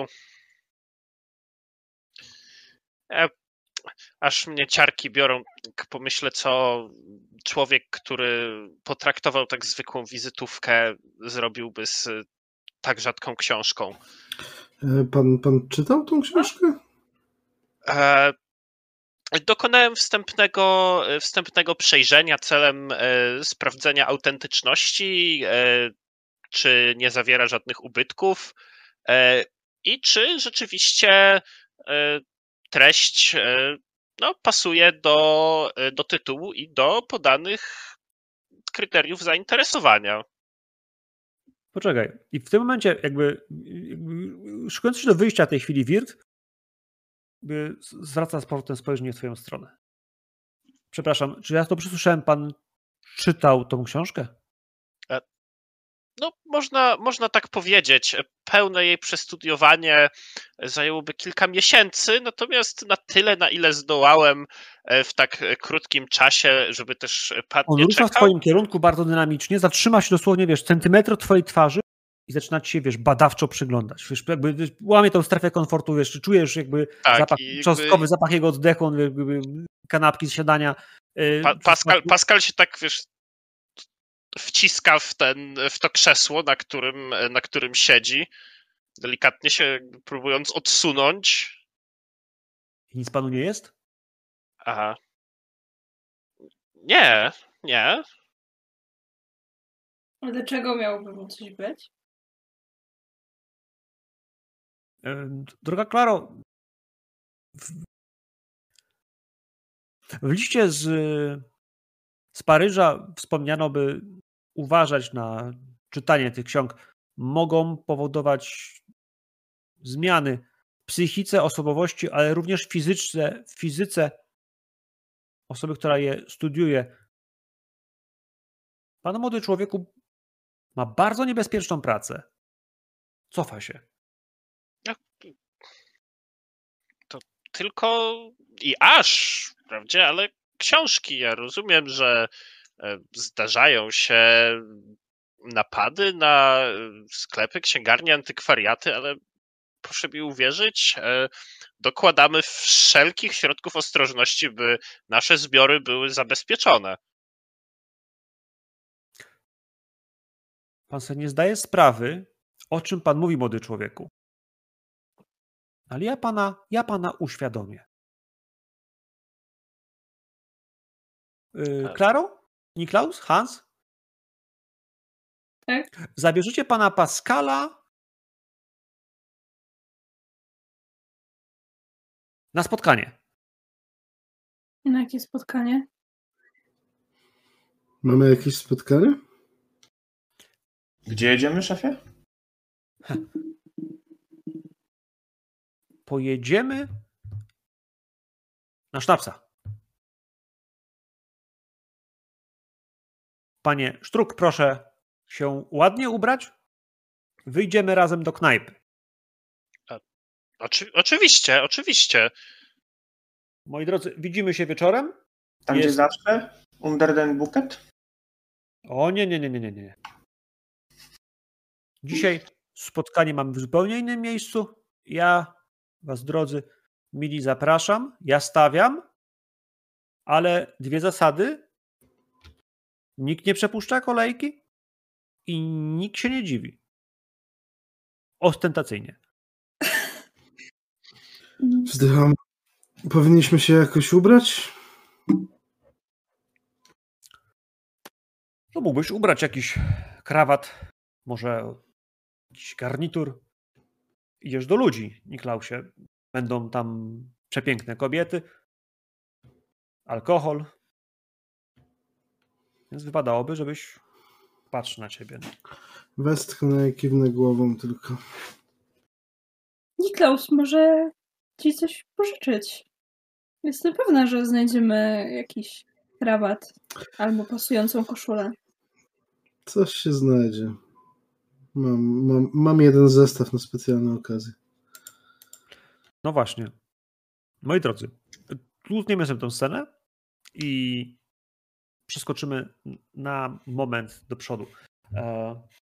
ja, aż mnie ciarki biorą, jak pomyślę, co człowiek, który potraktował tak zwykłą wizytówkę, zrobiłby z tak rzadką książką. Pan, pan czytał tą książkę? E, dokonałem wstępnego, wstępnego przejrzenia celem e, sprawdzenia autentyczności. E, czy nie zawiera żadnych ubytków i czy rzeczywiście treść no, pasuje do, do tytułu i do podanych kryteriów zainteresowania. Poczekaj. I w tym momencie jakby, jakby szukając się do wyjścia tej chwili Wirt zwraca z powrotem spojrzenie w twoją stronę. Przepraszam, czy ja to przesłyszałem, pan czytał tą książkę? No, można, można tak powiedzieć. Pełne jej przestudiowanie zajęłoby kilka miesięcy, natomiast na tyle, na ile zdołałem w tak krótkim czasie, żeby też pan On nie rusza czekał. w twoim kierunku bardzo dynamicznie, zatrzyma się dosłownie, wiesz, centymetr od twojej twarzy i zaczyna ci się, wiesz, badawczo przyglądać. Wiesz, jakby wiesz, łamie tą strefę komfortu, wiesz, czy czujesz jakby tak, zapach jakby... cząstkowy, zapach jego oddechu, on, jakby kanapki z siadania. Pa, Pascal, Pascal się tak, wiesz, wciska w, ten, w to krzesło, na którym, na którym siedzi, delikatnie się próbując odsunąć. I nic panu nie jest? Aha. Nie, nie. A dlaczego miałoby mu coś być? Droga Klaro, w, w liście z, z Paryża wspomniano, by uważać na czytanie tych ksiąg. Mogą powodować zmiany w psychice osobowości, ale również w fizyce, w fizyce osoby, która je studiuje. Pan młody człowieku ma bardzo niebezpieczną pracę. Cofa się. To tylko i aż, wprawdzie, ale książki. Ja rozumiem, że zdarzają się napady na sklepy, księgarnie, antykwariaty, ale proszę mi uwierzyć, dokładamy wszelkich środków ostrożności, by nasze zbiory były zabezpieczone. Pan sobie nie zdaje sprawy, o czym pan mówi, młody człowieku. Ale ja pana, ja pana uświadomię. Yy, Klaro? Niklaus? Hans? Tak? Zabierzecie pana Pascala na spotkanie. Na jakie spotkanie? Mamy jakieś spotkanie? Gdzie jedziemy, szefie? Pojedziemy na Sznapsa. Panie Sztruk, proszę się ładnie ubrać. Wyjdziemy razem do knajpy. Oczy, oczywiście, oczywiście. Moi drodzy, widzimy się wieczorem. Tam, Jest... gdzie zawsze? Under den Bucket? O nie, nie, nie, nie, nie, nie. Dzisiaj spotkanie mamy w zupełnie innym miejscu. Ja was, drodzy mili, zapraszam. Ja stawiam, ale dwie zasady. Nikt nie przepuszcza kolejki i nikt się nie dziwi. Ostentacyjnie. Wzdycham. Powinniśmy się jakoś ubrać? No mógłbyś ubrać jakiś krawat, może jakiś garnitur. Idziesz do ludzi, Niklausie. Będą tam przepiękne kobiety, alkohol. Więc wypadałoby, żebyś patrzył na ciebie. Westchnę i kiwnę głową tylko. Niklaus, może ci coś pożyczyć? Jestem pewna, że znajdziemy jakiś krawat albo pasującą koszulę. Coś się znajdzie. Mam, mam, mam jeden zestaw na specjalne okazje. No właśnie. Moi drodzy, tłutniemy sobie tę scenę i przeskoczymy na moment do przodu.